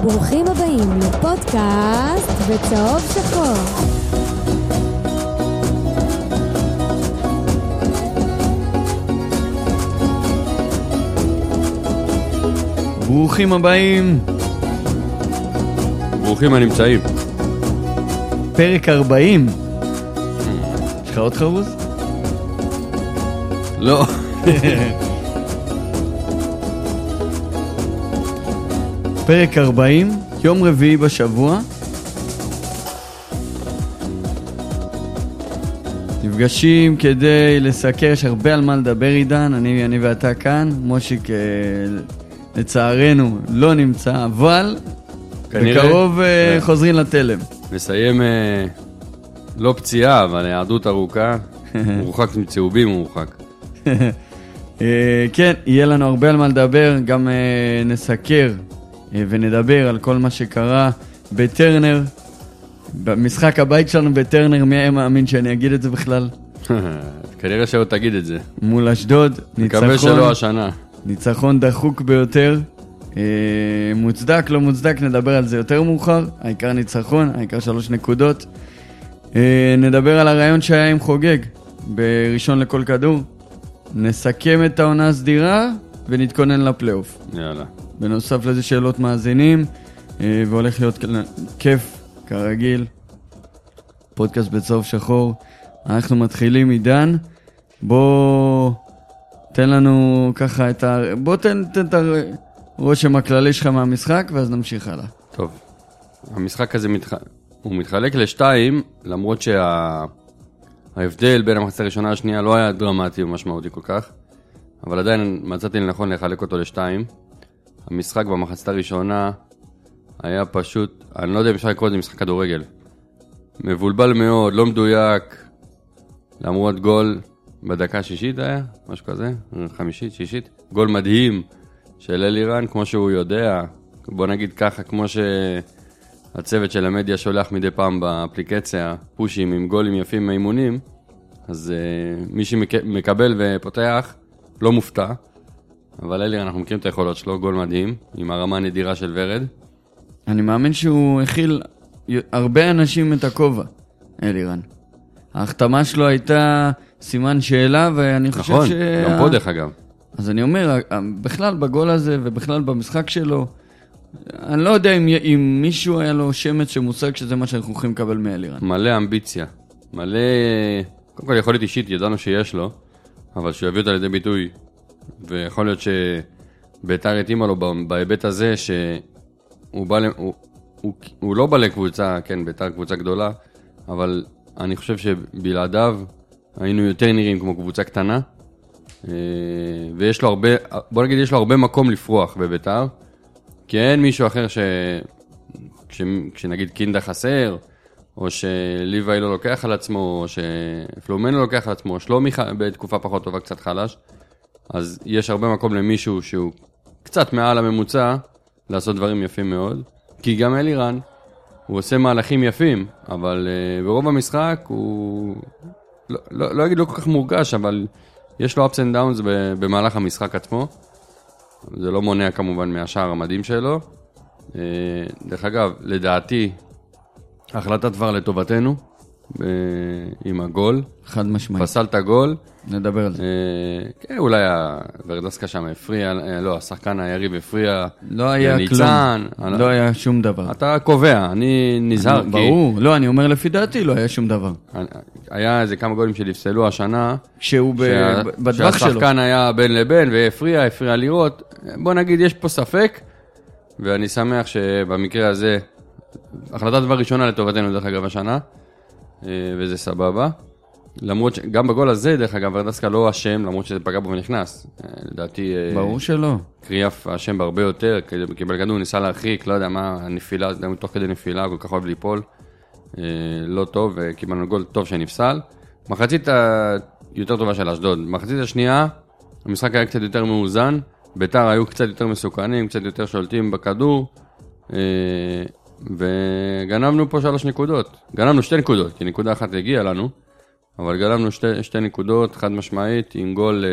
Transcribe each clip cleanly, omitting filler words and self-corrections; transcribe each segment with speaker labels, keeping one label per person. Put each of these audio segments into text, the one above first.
Speaker 1: ברוכים הבאים לפודקאסט בצהוב שחור.
Speaker 2: ברוכים הבאים.
Speaker 3: ברוכים הנמצאים.
Speaker 2: פרק 40. יש לך עוד חרוז?
Speaker 3: לא.
Speaker 2: פרק 40, יום רביעי בשבוע. נפגשים כדי לסקר, יש הרבה על מה לדבר עידן, אני ואתה כאן. מושיק לצערנו לא נמצא, אבל בקרוב חוזרים לתלם.
Speaker 3: נסיים לא פציעה, אבל היעדות ארוכה. מורחק מצהובים הוא מורחק.
Speaker 2: כן, יהיה לנו הרבה על מה לדבר, גם נסקר ונדבר על כל מה שקרה בטרנר, במשחק הבית שלנו בטרנר. מי היה מאמין שאני אגיד את זה בכלל?
Speaker 3: כנראה שלא תגיד את זה.
Speaker 2: מול אשדוד,
Speaker 3: מקווה שלא השנה.
Speaker 2: ניצחון דחוק ביותר, מוצדק, לא מוצדק, נדבר על זה יותר מאוחר. העיקר ניצחון, העיקר 3 נקודות. נדבר על הרעיון שהיה עם חוגג בראשון לכל כדור. נסכם את העונה הסדירה ונתכונן לפלייאוף.
Speaker 3: יאללה.
Speaker 2: בנוסף לזה שאלות מאזינים, והולך להיות כיף כרגיל. פודקאסט בצהוב שחור. אנחנו מתחילים. עידן, בוא תן לנו ככה בוא תן את הרושם הכללי שלך מהמשחק, ואז נמשיך הלאה.
Speaker 3: טוב. המשחק הזה הוא מתחלק ל2, למרות שההבדל בין המחצית הראשונה לשנייה לא היה דרמטי ומשמעותי כל כך, אבל עדיין מצאתי לנכון לחלק אותו ל2. המשחק במחצית הראשונה היה פשוט, אני לא יודע אם אפשר לקרוא את זה משחק כדורגל. מבולבל מאוד, לא מדויק, למרות גול בדקה השישית היה, משהו כזה, חמישית, שישית. גול מדהים של אלירן, כמו שהוא יודע, בוא נגיד ככה, כמו שהצוות של המדיה שולח מדי פעם באפליקציה, פושים עם גולים יפים מאימונים, אז מי שמקבל ופותח לא מופתע. אבל אלירן, אנחנו מכירים את היכולות שלו, גול מדהים, עם הרמה הנדירה של ורד.
Speaker 2: אני מאמין שהוא הכיל הרבה אנשים את הכובע, אלירן. ההחתמה שלו הייתה סימן שאלה, ואני חושב
Speaker 3: נכון, גם פה דרך אגב.
Speaker 2: אז אני אומר, בכלל בגול הזה ובכלל במשחק שלו, אני לא יודע אם מישהו היה לו שמץ שמושג שזה מה שאנחנו יכולים לקבל מאלירן. מלא
Speaker 3: אמביציה, מלא, קודם כל יכולת אישית, ידענו שיש לו, אבל שהוא יביא אותה לידי ביטוי, ויכול להיות שביתר התאימה לו בהיבט הזה שהוא לא בא לקבוצה, כן, ביתר קבוצה גדולה, אבל אני חושב שבלעדיו היינו יותר נראים כמו קבוצה קטנה, ויש לו הרבה, בוא נגיד, יש לו הרבה מקום לפרוח בביתר, כי אין מישהו אחר כשנגיד קינדה חסר, או שליוואי לא לוקח על עצמו, או שפלומן לא לוקח על עצמו, שלומי בתקופה פחות טובה קצת חלש, אז יש הרבה מקום למישהו שהוא קצת מעל הממוצע, לעשות דברים יפים מאוד, כי גם אלירן, הוא עושה מהלכים יפים, אבל ברוב המשחק הוא, לא אגיד לא כל כך מורגש, אבל יש לו ups and downs במהלך המשחק עצמו, זה לא מונע כמובן מהשאר המדהים שלו. דרך אגב, לדעתי, החלטה כבר לטובתנו, עם הגול.
Speaker 2: חד משמעית.
Speaker 3: פסל את הגול.
Speaker 2: נדבר על זה.
Speaker 3: כן, אולי הוורדסקה שם הפריע, לא, השחקן היריב הפריע.
Speaker 2: לא היה כלום. לא היה שום דבר.
Speaker 3: אתה קובע, אני נזהר.
Speaker 2: ברור, לא, אני אומר לפי דעתי, לא היה שום דבר.
Speaker 3: היה איזה כמה גולים שנפסלו השנה.
Speaker 2: כשהוא בדווח שלו.
Speaker 3: שהשחקן היה בין לבין והפריע לראות. בוא נגיד, יש פה ספק, ואני שמח שבמקרה הזה, החלטה דבר ראשונה לטובתנו דרך אגב השנה, וזה סבבה. למרות שגם בגול הזה, דרך אגב, ורדסקה לא אשם, למרות שזה פגע בו ונכנס. לדעתי,
Speaker 2: ברור שלא.
Speaker 3: קריאף אשם בהרבה יותר, קיבל כדור, ניסה להרחיק, לא יודע מה, הנפילה, תוך כדי נפילה, כל כך אוהב ליפול. לא טוב, וקיבלנו גול טוב שנפסל. מחצית יותר טובה של אשדוד. מחצית השנייה, המשחק היה קצת יותר מאוזן, ביתר היו קצת יותר מסוכנים, קצת יותר שולטים בכדור, וגנבנו פה 3 נקודות. גנבנו 2 נקודות, כי נקודה אחת הגיעה לנו, אבל גנבנו 2 נקודות, חד משמעית, עם גול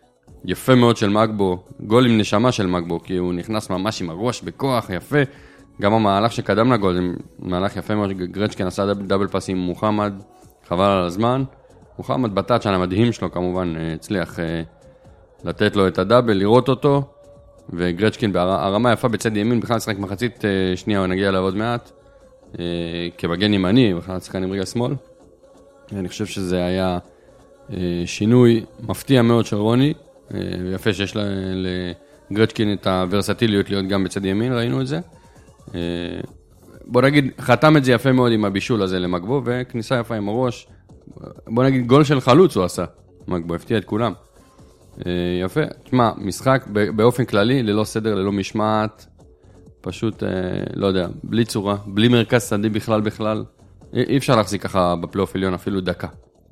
Speaker 3: יפה מאוד של מגבו, גול עם נשמה של מגבו, כי הוא נכנס ממש עם הראש בכוח, יפה, גם המהלך שקדם לגול, זה מהלך יפה מאוד, גרצ'קין עשה דאבל פאס עם מוחמד, חבל על הזמן. מוחמד בטאצ' המדהים שלו כמובן הצליח לתת לו את הדאבל, לראות אותו, וגרצ'קין ברמה יפה בצד ימין, בכלל שחק מחצית שנייה, נגיע אליו עוד מעט, כמגן ימני, בכלל שחקן עם רגל שמאל. אני חושב שזה היה שינוי מפתיע מאוד של רוני, יפה שיש לגרצ'קין את הוורסטיליות להיות גם בצד ימין, ראינו את זה. בוא נגיד, חתם את זה יפה מאוד עם הבישול הזה למגבו, וכניסה יפה עם הראש. בוא נגיד, גול של חלוץ הוא עשה. מגבו הפתיע את כולם. יפה. תשמע, משחק באופן כללי, ללא סדר, ללא משמעת, פשוט, לא יודע, בלי צורה, בלי מרכז שדה בכלל. אי אפשר להחזיק ככה בפלייאוף עליון אפילו דקה.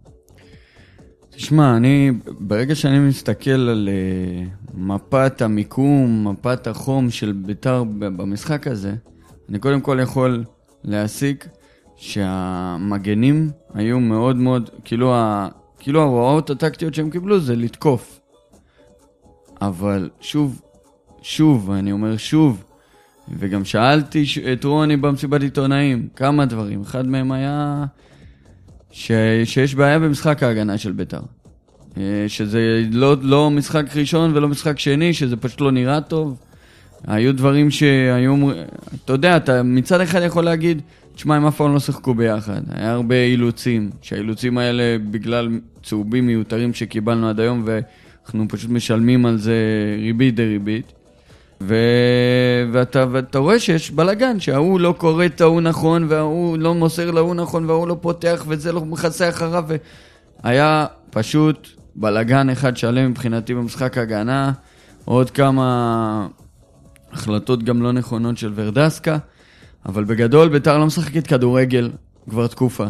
Speaker 2: תשמע, ברגע שאני מסתכל על מפת המיקום, מפת החום של ביתר במשחק הזה, אני קודם כל יכול להסיק שהמגנים היו מאוד מאוד, כאילו ההוראות הטקטיות שהם קיבלו זה לתקוף. אבל שוב, אני אומר שוב, וגם שאלתי את רוני במסיבת עיתונאים, כמה דברים. אחד מהם היה שיש בעיה במשחק ההגנה של ביתר. שזה לא משחק ראשון ולא משחק שני, שזה פשוט לא נראה טוב. היו דברים שהיו, אתה יודע, אתה מצד אחד יכול להגיד, תשמע, הם אף פעם לא שחקו ביחד. היה הרבה אילוצים, שהאילוצים האלה בגלל צהובים מיותרים שקיבלנו עד היום, ואנחנו פשוט משלמים על זה ריבית דריבית. ואתה רואה שיש בלגן, שההוא לא קורא את ההוא נכון, וההוא לא מוסר להוא נכון, וההוא לא פותח, וזה לא מכסה אחריו, והיה פשוט בלגן אחד שלם מבחינתי במשחק הגנה, עוד כמה החלטות גם לא נכונות של ורדסקה, אבל בגדול ביתר לא משחקת כדורגל כבר תקופה.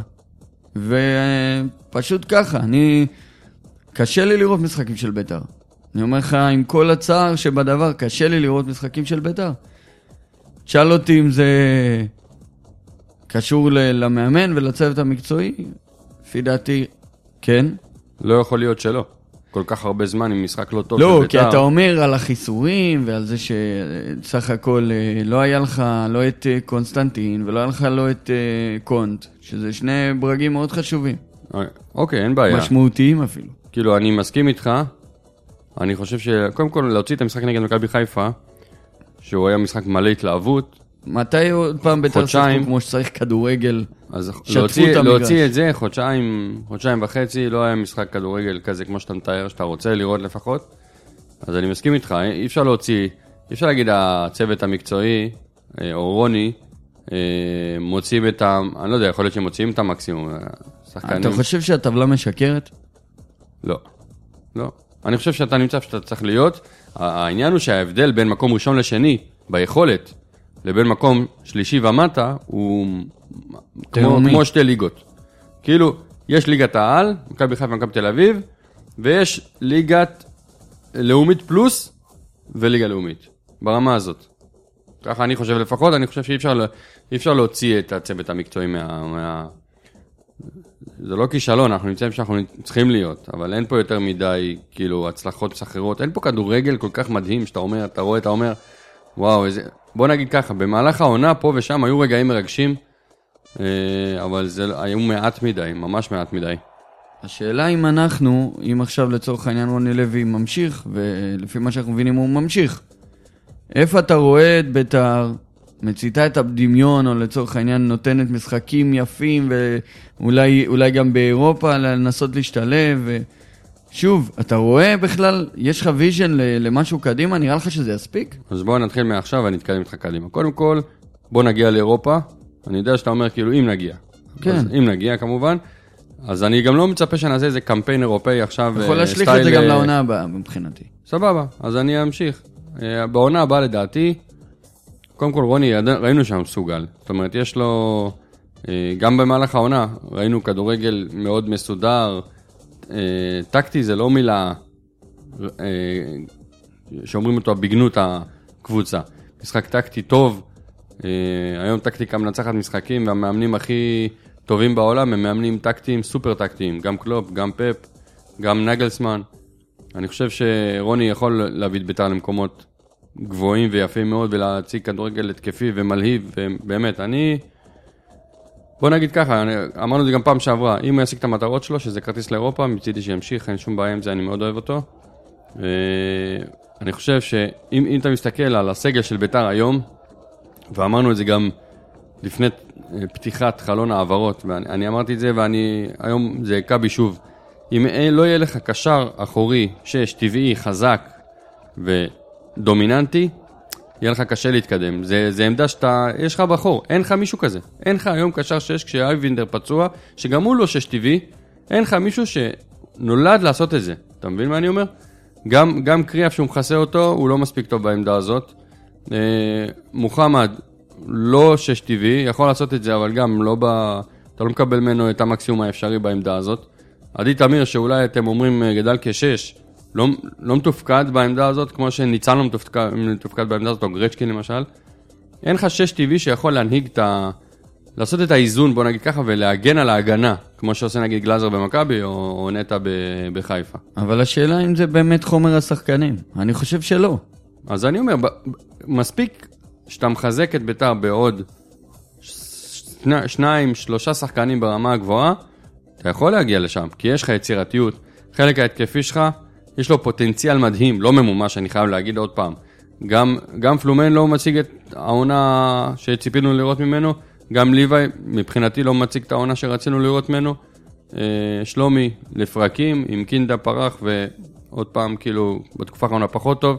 Speaker 2: ופשוט ככה, קשה לי לראות משחקים של ביתר. אני אומר לך, עם כל הצער שבדבר, קשה לי לראות משחקים של ביתר. תשאל אותי אם זה קשור למאמן ולצוות המקצועי, לפי דעתי, כן.
Speaker 3: לא יכול להיות שלא. כל כך הרבה זמן עם משחק לא טוב
Speaker 2: של
Speaker 3: ביתר.
Speaker 2: לא, כי אתה אומר על החיסורים ועל זה שסך הכל לא היה לך לא את קונסטנטין ולא היה לך לא את קונט, שזה שני ברגים מאוד חשובים.
Speaker 3: אוקיי, אין בעיה.
Speaker 2: משמעותיים אפילו.
Speaker 3: כאילו, אני מסכים איתך. אני חושב שקודם כל להוציא את המשחק נגד מכבי חיפה, שהוא היה משחק מלא התלהבות.
Speaker 2: מתי עוד פעם ביתר שחקו כמו שצריך כדורגל?
Speaker 3: אז להוציא את זה, חודשיים וחצי, לא היה משחק כדורגל כזה כמו שאתה מתאר, שאתה רוצה לראות לפחות. אז אני מסכים איתך, אי אפשר להוציא, אי אפשר להגיד הצוות המקצועי, או רוני, מוצאים את אני לא יודע, יכול להיות שהם מוציאים את המקסימום.
Speaker 2: אתה חושב שהטבלה משקרת?
Speaker 3: לא. לא. אני חושב שאתה נמצא שאתה צריך להיות. העניין הוא שההבדל בין מקום ראשון לשני, ביכולת, לבין מקום שלישי ומטה, הוא כמו שתי ליגות. כאילו, יש ליגת העל, מכבי חיפה ומכבי תל אביב, ויש ליגת לאומית פלוס, וליגה לאומית. ברמה הזאת. ככה אני חושב לפחות, אני חושב שאי אפשר להוציא את הצוות המקצועי זה לא כישלון, אנחנו נמצאים שאנחנו צריכים להיות, אבל אין פה יותר מדי, כאילו, הצלחות מסחררות, אין פה כדורגל כל כך מדהים, שאתה אומר, אתה רואה, אתה אומר, וואו, איזה... בוא נגיד ככה, במהלך העונה, פה ושם, היו רגעים מרגשים, אבל זה היו מעט מדי, ממש מעט מדי.
Speaker 2: השאלה אם עכשיו לצורך העניין רוני לוי ממשיך, ולפי מה שאנחנו מבינים הוא ממשיך, איפה אתה רואה את ביתר, מציתה את הדמיון, או לצורך העניין נותנת משחקים יפים, ואולי גם באירופה לנסות להשתלב, ושוב, אתה רואה בכלל, יש לך ויז'ן למשהו קדימה, נראה לך שזה יספיק?
Speaker 3: אז בואו נתחיל מעכשיו ונתקדם איתך קדימה. קודם כל, בואו נגיע לאירופה, אני יודע שאתה אומר כאילו אם נגיע.
Speaker 2: כן.
Speaker 3: אז אם נגיע כמובן, אז אני גם לא מצפה שנעשה איזה קמפיין אירופאי עכשיו.
Speaker 2: יכול להשליך את זה גם לעונה הבאה מבחינתי.
Speaker 3: סבבה, אז אני אמשיך. בעונה הבאה לדעתי, קודם כל רוני, ראינו שם סוגל. זאת אומרת, יש לו, גם במהלך העונה, ראינו כדורגל מאוד מסודר, טקטי זה לא מילה שאומרים אותו בגנות הקבוצה. משחק טקטי טוב, היום טקטיקה מנצחת משחקים, והמאמנים הכי טובים בעולם הם מאמנים טקטיים, סופר טקטיים, גם קלופ, גם פפ, גם נגלסמן. אני חושב שרוני יכול להביא את ביתר למקומות גבוהים ויפים מאוד, ולהציג כדורגל התקפי ומלהיב, ובאמת, בוא נגיד ככה, אמרנו את זה גם פעם שעברה, אם הוא ישיג את המטרות שלו, שזה כרטיס לאירופה, מצידי שימשיך, אין שום בעיה עם זה, אני מאוד אוהב אותו. אני חושב שאם אתה מסתכל על הסגל של ביתר היום, ואמרנו את זה גם לפני פתיחת חלון העברות, ואני אמרתי את זה, היום זה קבי שוב, אם לא יהיה לך קשר אחורי, טבעי, חזק ודומיננטי, יהיה לך קשה להתקדם. זה עמדה יש לך בחור, אין לך מישהו כזה. אין לך היום קשר 6 כשאייבינדר פצוע, שגם הוא לא 6 טבעי, אין לך מישהו שנולד לעשות את זה. אתה מבין מה אני אומר? גם קריאף שהוא מכסה אותו, הוא לא מספיק טוב בעמדה הזאת. מוחמד לא 6 טבעי, יכול לעשות את זה, אבל גם אתה לא מקבל ממנו את המקסימום האפשרי בעמדה הזאת. עדי תמיר, שאולי אתם אומרים גדל כ6, לא מתופקד בעמדה הזאת, כמו שניצן לא מתופקד בעמדה הזאת, או גרצ'קין למשל. אין לך 6 טבעי שיכול להנהיג לעשות את האיזון, בוא נגיד ככה, ולהגן על ההגנה, כמו שעושה נגיד גלאזר במכבי, או נטע בחיפה.
Speaker 2: אבל השאלה אם זה באמת חומר השחקנים. אני חושב שלא.
Speaker 3: אז אני אומר, מספיק שאתה מחזק את ביתר בעוד 2-3 שחקנים ברמה הגבוהה, אתה יכול להגיע לשם, כי יש לך יצירתיות. חלק ההתקפי שלך, יש לו פוטנציאל מדהים, לא ממומש, אני חייב להגיד עוד פעם. גם פלומן לא מציג את העונה שציפינו לראות ממנו, גם ליווי מבחינתי לא מציג את העונה שרצינו לראות ממנו. שלומי לפרקים, עם קינדה פרח, ועוד פעם כאילו בתקופה האחרונה פחות טוב.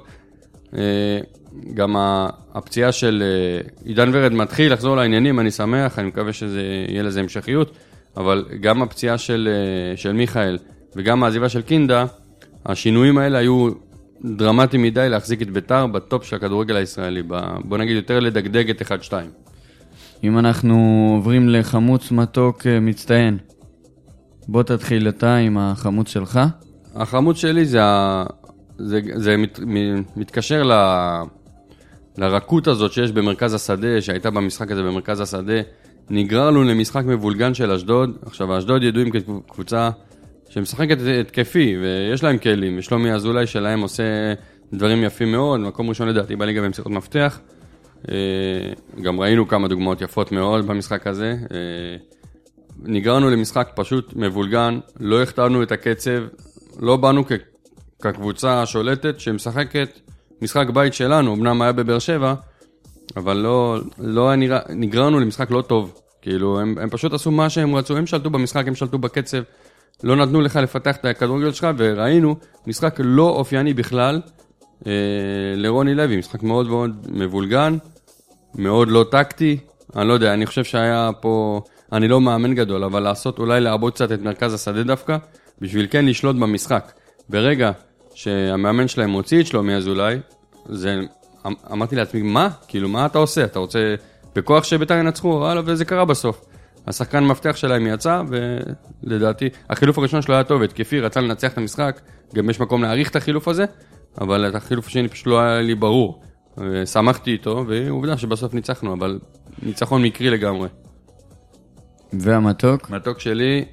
Speaker 3: גם הפציעה של עידן ורד מתחיל לחזור לעניינים, אני שמח, אני מקווה שזה יהיה לזה המשכיות, אבל גם הפציעה של מיכאל וגם העזיבה של קינדה, השינויים האלה היו דרמטיים מדי להחזיק את ביתר בטופ של הכדורגל הישראלי, בוא נגיד יותר לדגדג את 1-2.
Speaker 2: אם אנחנו עוברים לחמוץ מתוק מצטיין, בוא תתחיל אתה עם החמוץ שלך.
Speaker 3: החמוץ שלי זה מתקשר לרקות הזאת שיש במרכז השדה, שהייתה במשחק הזה במרכז השדה, נגרר לנו למשחק מבולגן של אשדוד. עכשיו, אשדוד ידועים כקבוצה שמשחקת התקפי, ויש להם כלים, ושלומי אזולאי שלהם עושה דברים יפים מאוד, מקום ראשון לדעתי בליגה במסירות מפתח. גם ראינו כמה דוגמאות יפות מאוד במשחק הזה. נגררנו למשחק פשוט מבולגן, לא הכתבנו את הקצב, לא באנו כקבוצה השולטת שמשחקת משחק בית שלנו, אמנם היה בבאר שבע, אבל נגררנו למשחק לא טוב. כאילו, הם פשוט עשו מה שהם רצו, הם שלטו במשחק, הם שלטו בקצב, לא נתנו לך לפתח את הכדורגל שלך, וראינו משחק לא אופייני בכלל לרוני לוי, משחק מאוד מאוד מבולגן, מאוד לא טקטי. אני לא יודע, אני חושב שהיה פה, אני לא מאמן גדול, אבל לעשות אולי לעבוד קצת את מרכז השדה דווקא, בשביל כן לשלוט במשחק. ברגע שהמאמן שלהם מוציא את שלומי אזולאי, אמרתי לעצמי, מה? כאילו, מה אתה עושה? אתה רוצה בכוח שביתר ינצחו? וזה קרה בסוף. השחקן מפתח שלהם יצא, ולדעתי, החילוף הראשון שלו היה טוב, התקפי, רצה לנצח את המשחק, גם יש מקום להעריך את החילוף הזה, אבל את החילוף השני פשוט לא היה לי ברור. שמחתי איתו, ועובדה שבסוף ניצחנו, אבל ניצחון מקרי לגמרי.
Speaker 2: והמתוק?
Speaker 3: מתוק שלי,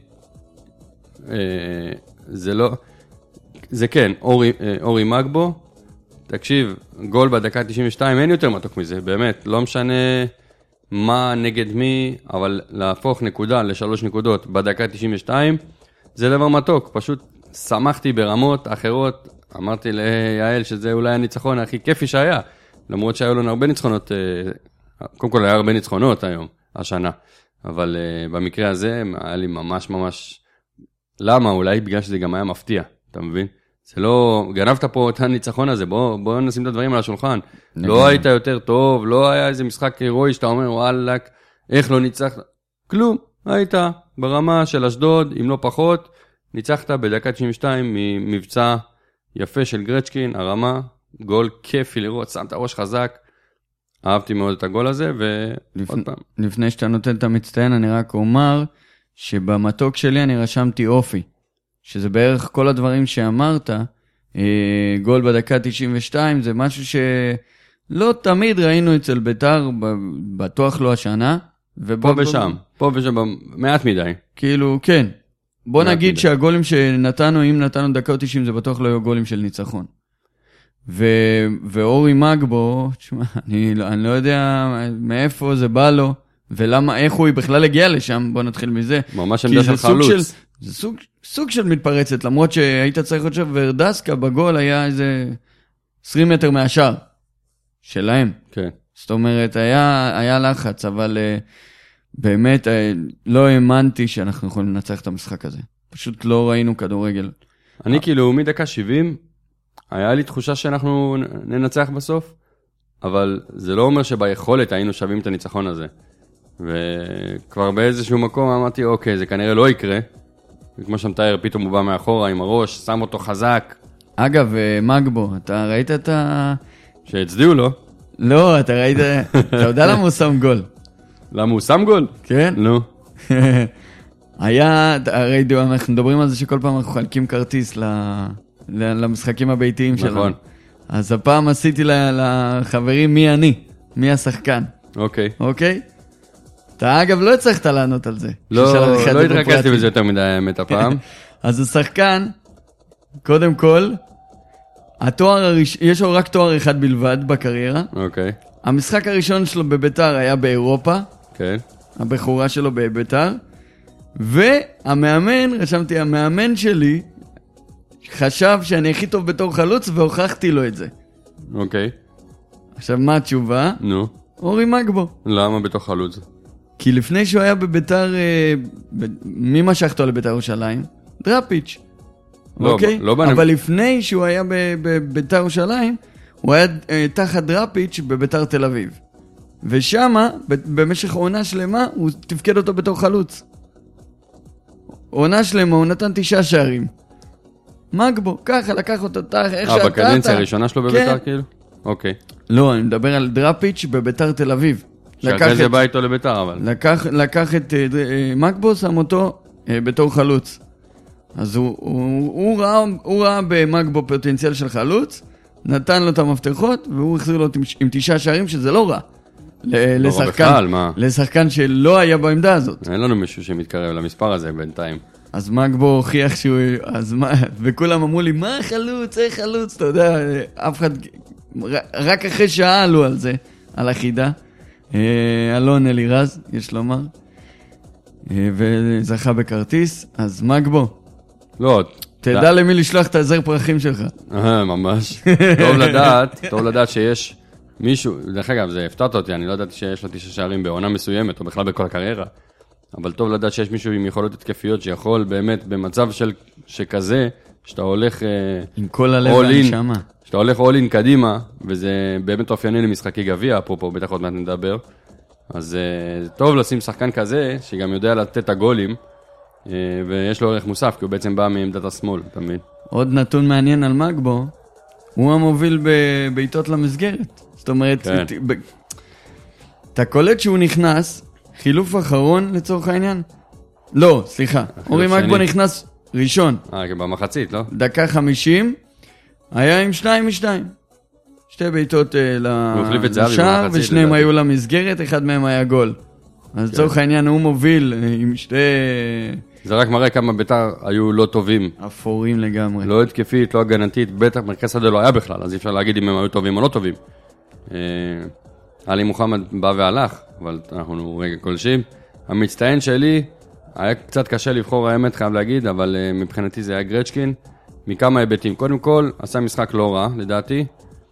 Speaker 3: זה כן, אורי מגבו, תקשיב, גול בדקה 92, אין יותר מתוק מזה, באמת, לא משנה מה נגד מי, אבל להפוך נקודה ל3 נקודות בדקה 92, זה דבר מתוק, פשוט שמחתי ברמות אחרות, אמרתי ליעל שזה אולי הניצחון הכי כיפי שהיה, למרות שהיו לנו הרבה ניצחונות, קודם כל היה הרבה ניצחונות היום, השנה, אבל במקרה הזה היה לי ממש ממש, למה? אולי בגלל שזה גם היה מפתיע, אתה מבין? זה לא, גנבת פה את הניצחון הזה, בוא נשים את הדברים על השולחן. לא היית יותר טוב, לא היה איזה משחק הירואי שאתה אומר, וואלק, איך לא ניצחת? כלום, היית ברמה של אשדוד, אם לא פחות, ניצחת בדקה 92 ממבצע יפה של גרצ'קין, הרמה, גול כיפי לראות, שמת ראש חזק, אהבתי מאוד את הגול הזה, ועוד פעם.
Speaker 2: לפני שאתה נותן את המצטיין, אני רק אומר, שבמתוק שלי אני רשמתי אופי. שזה בערך כל הדברים שאמרת, גול בדקה 92, זה משהו שלא תמיד ראינו אצל ביתר, בטוח לא השנה.
Speaker 3: פה ושם, מעט מדי.
Speaker 2: כאילו, כן. בוא נגיד שהגולים שנתנו, אם נתנו דקות 90, זה בטוח לא היו גולים של ניצחון. ואורי מגבו, תשמע, אני לא יודע מאיפה זה בא לו, ולמה, איך הוא בכלל הגיע לשם, בוא נתחיל מזה.
Speaker 3: ממש עמדה של חלוץ.
Speaker 2: זה סוג של מתפרצת, למרות שהיית צריך עוד ורדסקה בגול היה איזה 20 מטר מהשאר, שלהם.
Speaker 3: כן.
Speaker 2: זאת אומרת, היה לחץ, אבל באמת לא האמנתי שאנחנו יכולים לנצח את המשחק הזה. פשוט לא ראינו כדורגל.
Speaker 3: אני כאילו מדקה 70, היה לי תחושה שאנחנו ננצח בסוף, אבל זה לא אומר שביכולת היינו שווים את הניצחון הזה. וכבר באיזשהו מקום אמרתי, אוקיי, זה כנראה לא יקרה. וכמו שמתאר, פתאום הוא בא מאחורה עם הראש, שם אותו חזק.
Speaker 2: אגב, מגבו, אתה ראית את
Speaker 3: שהצדיעו לו.
Speaker 2: לא, אתה ראית, אתה יודע למה הוא שם גול?
Speaker 3: למה הוא שם גול?
Speaker 2: כן.
Speaker 3: נו.
Speaker 2: היה, הרי אנחנו מדברים על זה שכל פעם אנחנו חלקים כרטיס למשחקים הביתיים שלנו.
Speaker 3: נכון.
Speaker 2: אז הפעם עשיתי לחברים מי השחקן.
Speaker 3: אוקיי.
Speaker 2: אוקיי? אתה אגב לא הצלחת לענות על זה.
Speaker 3: לא התרכזתי בזה יותר מדי האמת הפעם.
Speaker 2: אז השחקן, קודם כל, יש לו רק תואר אחד בלבד בקריירה.
Speaker 3: אוקיי.
Speaker 2: המשחק הראשון שלו בביתר היה באירופה.
Speaker 3: כן.
Speaker 2: הבחורה שלו בביתר. והמאמן, רשמתי, המאמן שלי חשב שאני הכי טוב בתור חלוץ והוכחתי לו את זה.
Speaker 3: אוקיי.
Speaker 2: עכשיו, מה התשובה?
Speaker 3: נו.
Speaker 2: אורי מגבו.
Speaker 3: למה בתור חלוץ?
Speaker 2: כי לפני שהוא היה בביתר, מי משך אותו לביתר ירושלים? דראפיץ'. אוקיי? אבל לפני שהוא היה בביתר ירושלים, הוא היה תחת דראפיץ' בביתר תל אביב. ושמה, במשך עונה שלמה, הוא תפקד אותו בתור חלוץ. עונה שלמה, הוא נתן 9 שערים. מגבו, ככה, לקח אותו, איך שאתה...
Speaker 3: בקדנציה הראשונה שלו בביתר כאילו? אוקיי.
Speaker 2: לא, אני מדבר על דראפיץ' בביתר תל אביב.
Speaker 3: שאחרי זה בא איתו לביתר, אבל.
Speaker 2: לקח את מגבו, שם אותו בתור חלוץ. אז הוא ראה במגבו פוטנציאל של חלוץ, נתן לו את המפתחות, והוא החזיר לו עם 9 שערים, שזה לא רע. לשחקן שלא היה בעמדה הזאת.
Speaker 3: אין לנו מישהו שמתקרב למספר הזה בינתיים.
Speaker 2: אז מגבו הוכיח שהוא... וכולם אמרו לי, מה חלוץ, איך חלוץ? אתה יודע, אף אחד... רק אחרי שעה עלו על זה, על החידה. אלון אלירז, יש לומר. וזכה בכרטיס. אז מגבו.
Speaker 3: לא.
Speaker 2: תדע למי לשלוח את הזר פרחים שלך.
Speaker 3: ממש. טוב לדעת שיש מישהו, דרך אגב, זה הפתעת אותי, אני לא ידעתי שיש לו 9 שערים בעונה מסוימת, או בכלל בכל הקריירה. אבל טוב לדעת שיש מישהו עם יכולות התקפיות שיכול באמת במצב שכזה, שאתה הולך
Speaker 2: עם כל הלב והנשמה.
Speaker 3: שאתה הולך all in קדימה, וזה באמת אופייני למשחקי גביע, אפרופו, בטח עוד מעט נדבר. אז זה טוב לשים שחקן כזה, שגם יודע לתת את הגולים, ויש לו ערך מוסף, כי הוא בעצם בא מעמדת השמאל, אתה מבין?
Speaker 2: עוד נתון מעניין על מגבו, הוא המוביל בביתות למסגרת. זאת אומרת, אתה קולט שהוא נכנס, חילוף אחרון לצורך העניין? לא, סליחה. אורי מגבו נכנס ראשון.
Speaker 3: במחצית, לא?
Speaker 2: דקה 50, היה עם 2-2. 2 בעיטות לשער, ושניהם היו למסגרת, אחד מהם היה גול. אז לצורך העניין הוא מוביל עם 2...
Speaker 3: זה רק מראה כמה ביתר היו לא טובים.
Speaker 2: אפורים לגמרי.
Speaker 3: לא התקפית, לא הגנתית, בטח מרכז שדה לא היה בכלל, אז אי אפשר להגיד אם הם היו טובים או לא טובים. עלי מוחמד בא והלך, אבל אנחנו רגע קולשים. המצטיין שלי, היה קצת קשה לבחור האמת, חייב להגיד, אבל מבחינתי זה היה גרצ'קין, מכמה היבטים. קודם כל, עשה משחק לא רע, לדעתי.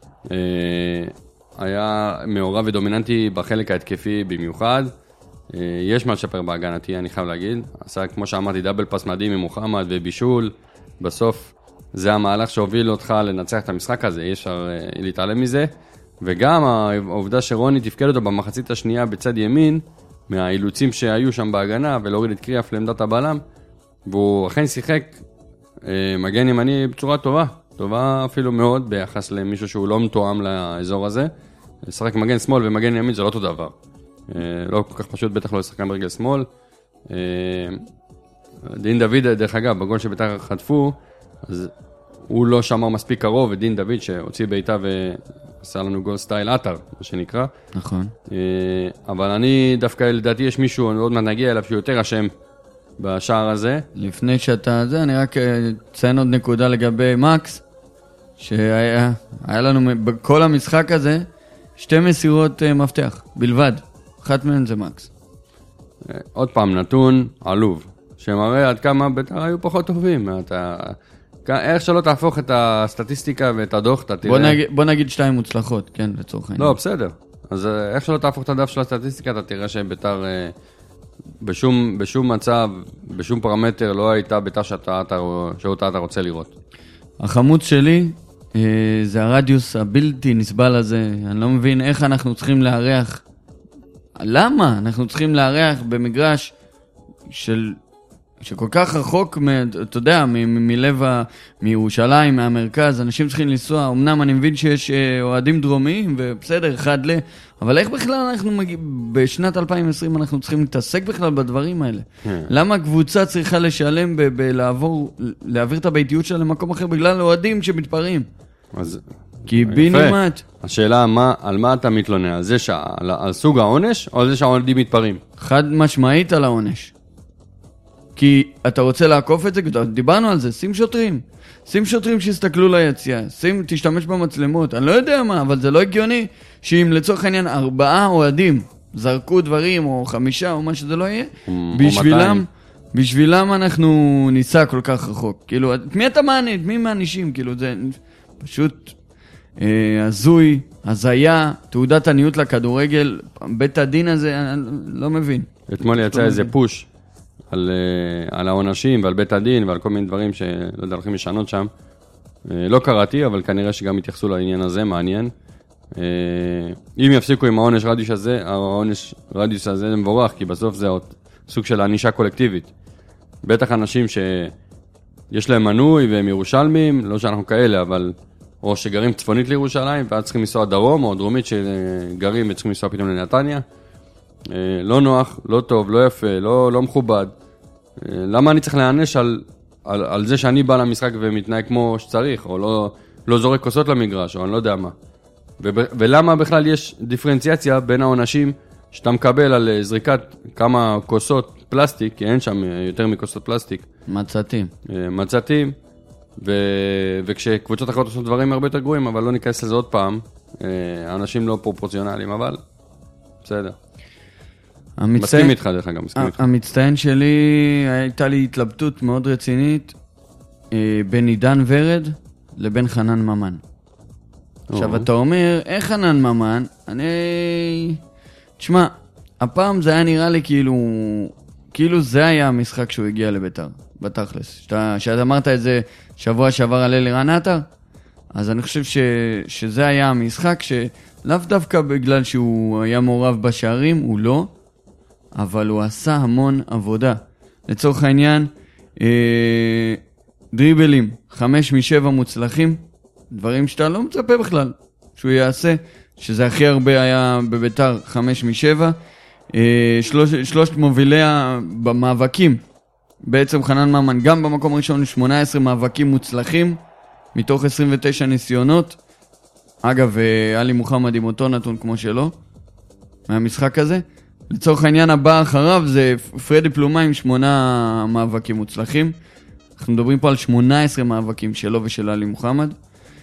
Speaker 3: היה מעורב ודומיננטי בחלק ההתקפי במיוחד. יש מה לשפר בהגנתי, אני חייב להגיד. עשה, כמו שאמרתי, דאבל פס מדהים עם מוחמד ובישול. בסוף, זה המהלך שהוביל אותך לנצח את המשחק הזה, אי אפשר להתעלם מזה. וגם העובדה שרוני תפקד אותו במחצית השנייה בצד ימין, מהאילוצים שהיו שם בהגנה, ולהוריד את קריאף לעמדת הבלם, והוא אכן שיחק מגן ימני בצורה טובה, טובה אפילו מאוד ביחס למישהו שהוא לא מתואם לאזור הזה. לשחק מגן שמאל ומגן ימין זה לא אותו דבר. לא כל כך פשוט, בטח לא לשחקן ברגל שמאל. דין דוד, דרך אגב, בגול שביתר חטפו, אז הוא לא שמר מספיק קרוב, ודין דוד שהוציא בעיטה ועשה לנו גול סטייל אתר, מה שנקרא.
Speaker 2: נכון.
Speaker 3: אבל אני דווקא, לדעתי יש מישהו, אני עוד מעט נגיע אליו, שהוא יותר אשם בשער הזה.
Speaker 2: לפני שאתה זה, אני רק אציין עוד נקודה לגבי מקס, שהיה לנו בכל המשחק הזה 2 מסירות מפתח בלבד. אחת מהן זה מקס.
Speaker 3: עוד פעם נתון עלוב, שמראה עד כמה בית"ר היו פחות טובים. איך שלא תהפוך את הסטטיסטיקה ואת הדוח, אתה תראה...
Speaker 2: בוא נגיד 2 מוצלחות, כן, לצורך העניין.
Speaker 3: לא, בסדר. אז איך שלא תהפוך את הדף של הסטטיסטיקה, אתה תראה שבית"ר בשום מצב, בשום פרמטר לא הייתה בית"ר שאותה אתה רוצה לראות.
Speaker 2: החמוץ שלי זה הרדיוס הבלתי נסבל הזה. אני לא מבין איך אנחנו צריכים לארח. למה אנחנו צריכים לארח במגרש שכל כך רחוק, אתה יודע, מלב, מירושלים, מהמרכז, אנשים צריכים לנסוע. אמנם אני מבין שיש אוהדים דרומיים, ובסדר, אחד אבל איך בכלל אנחנו בשנת 2020 אנחנו צריכים להתעסק בכלל בדברים האלה? למה קבוצה צריכה לשלם להעביר את הביתיות שלה למקום אחר בגלל אוהדים שמתפרעים? כי בינימט.
Speaker 3: השאלה על מה אתה מתלונן? על זה על סוג העונש או על זה שהאוהדים מתפרעים?
Speaker 2: חד משמעית על העונש. כי אתה רוצה לעקוף את זה, דיברנו על זה, שים שוטרים שיסתכלו ליציאה, תשתמש במצלמות, אני לא יודע מה, אבל זה לא הגיוני שאם לצורך העניין 4 אוהדים זרקו דברים או 5 או מה שזה לא יהיה, בשבילם אנחנו ניסע כל כך רחוק. כאילו, מי אתה מענית? מי מענישים? כאילו, זה פשוט הזוי, הזיה, תעודת עניות לכדורגל, בית הדין הזה, אני לא מבין.
Speaker 3: אתמול יצא איזה פוש על העונשים ועל בית הדין ועל כל מיני דברים שלא יודע, הולכים לשנות שם. לא קראתי, אבל כנראה שגם התייחסו לעניין הזה, מעניין. אם יפסיקו עם העונש רדיוס הזה זה מבורך, כי בסוף זה סוג של ענישה קולקטיבית. בטח אנשים שיש להם מנוי והם ירושלמים, לא שאנחנו כאלה, אבל או שגרים צפונית לירושלים, ואז צריכים לנסוע דרום, או דרומית שגרים וצריכים לנסוע פתאום לנתניה. לא נוח, לא טוב, לא יפה, לא מכובד. למה אני צריך להענש על זה שאני בא למשחק ומתנהג כמו שצריך, או לא זורק כוסות למגרש, או אני לא יודע מה. ולמה בכלל יש דיפרנציאציה בין העונשים שאתה מקבל על זריקת כמה כוסות פלסטיק, כי אין שם יותר מכוסות פלסטיק. מצתים. וכשקבוצות אחרות עושות דברים הרבה יותר גרועים, אבל לא ניכנס לזה עוד פעם. האנשים לא פרופורציונליים, אבל בסדר. מסכים איתך דרך אגב, מסכים איתך.
Speaker 2: המצטיין שלי, הייתה לי התלבטות מאוד רצינית בין עידן ורד לבין חנן ממן. עכשיו אתה אומר, איך חנן ממן? תשמע, הפעם זה היה נראה לי כאילו זה היה המשחק שהוא הגיע לביתר, בתכלס. שאתה אמרת את זה שבוע שעבר על אלירן עטר, אז אני חושב שזה היה המשחק שלאו דווקא בגלל שהוא היה מעורב בשערים, הוא לא, אבל הוא עשה המון עבודה. לצורך העניין, דריבלים, 5 מ-7 מוצלחים, דברים שאתה לא מצפה בכלל שהוא יעשה, שזה הכי הרבה היה בביתר 5 מ-7, 3 מוביליה במאבקים, בעצם חנן ממן גם במקום ראשון 18 מאבקים מוצלחים, מתוך 29 ניסיונות, אגב, עלי מוחמד עם אותו נתון כמו שלו, מהמשחק הזה, לצורך העניין הבא אחריו זה פרדי פלומה עם 8 מאבקים מוצלחים, אנחנו מדברים פה על 18 מאבקים שלו ושל עלי מוחמד,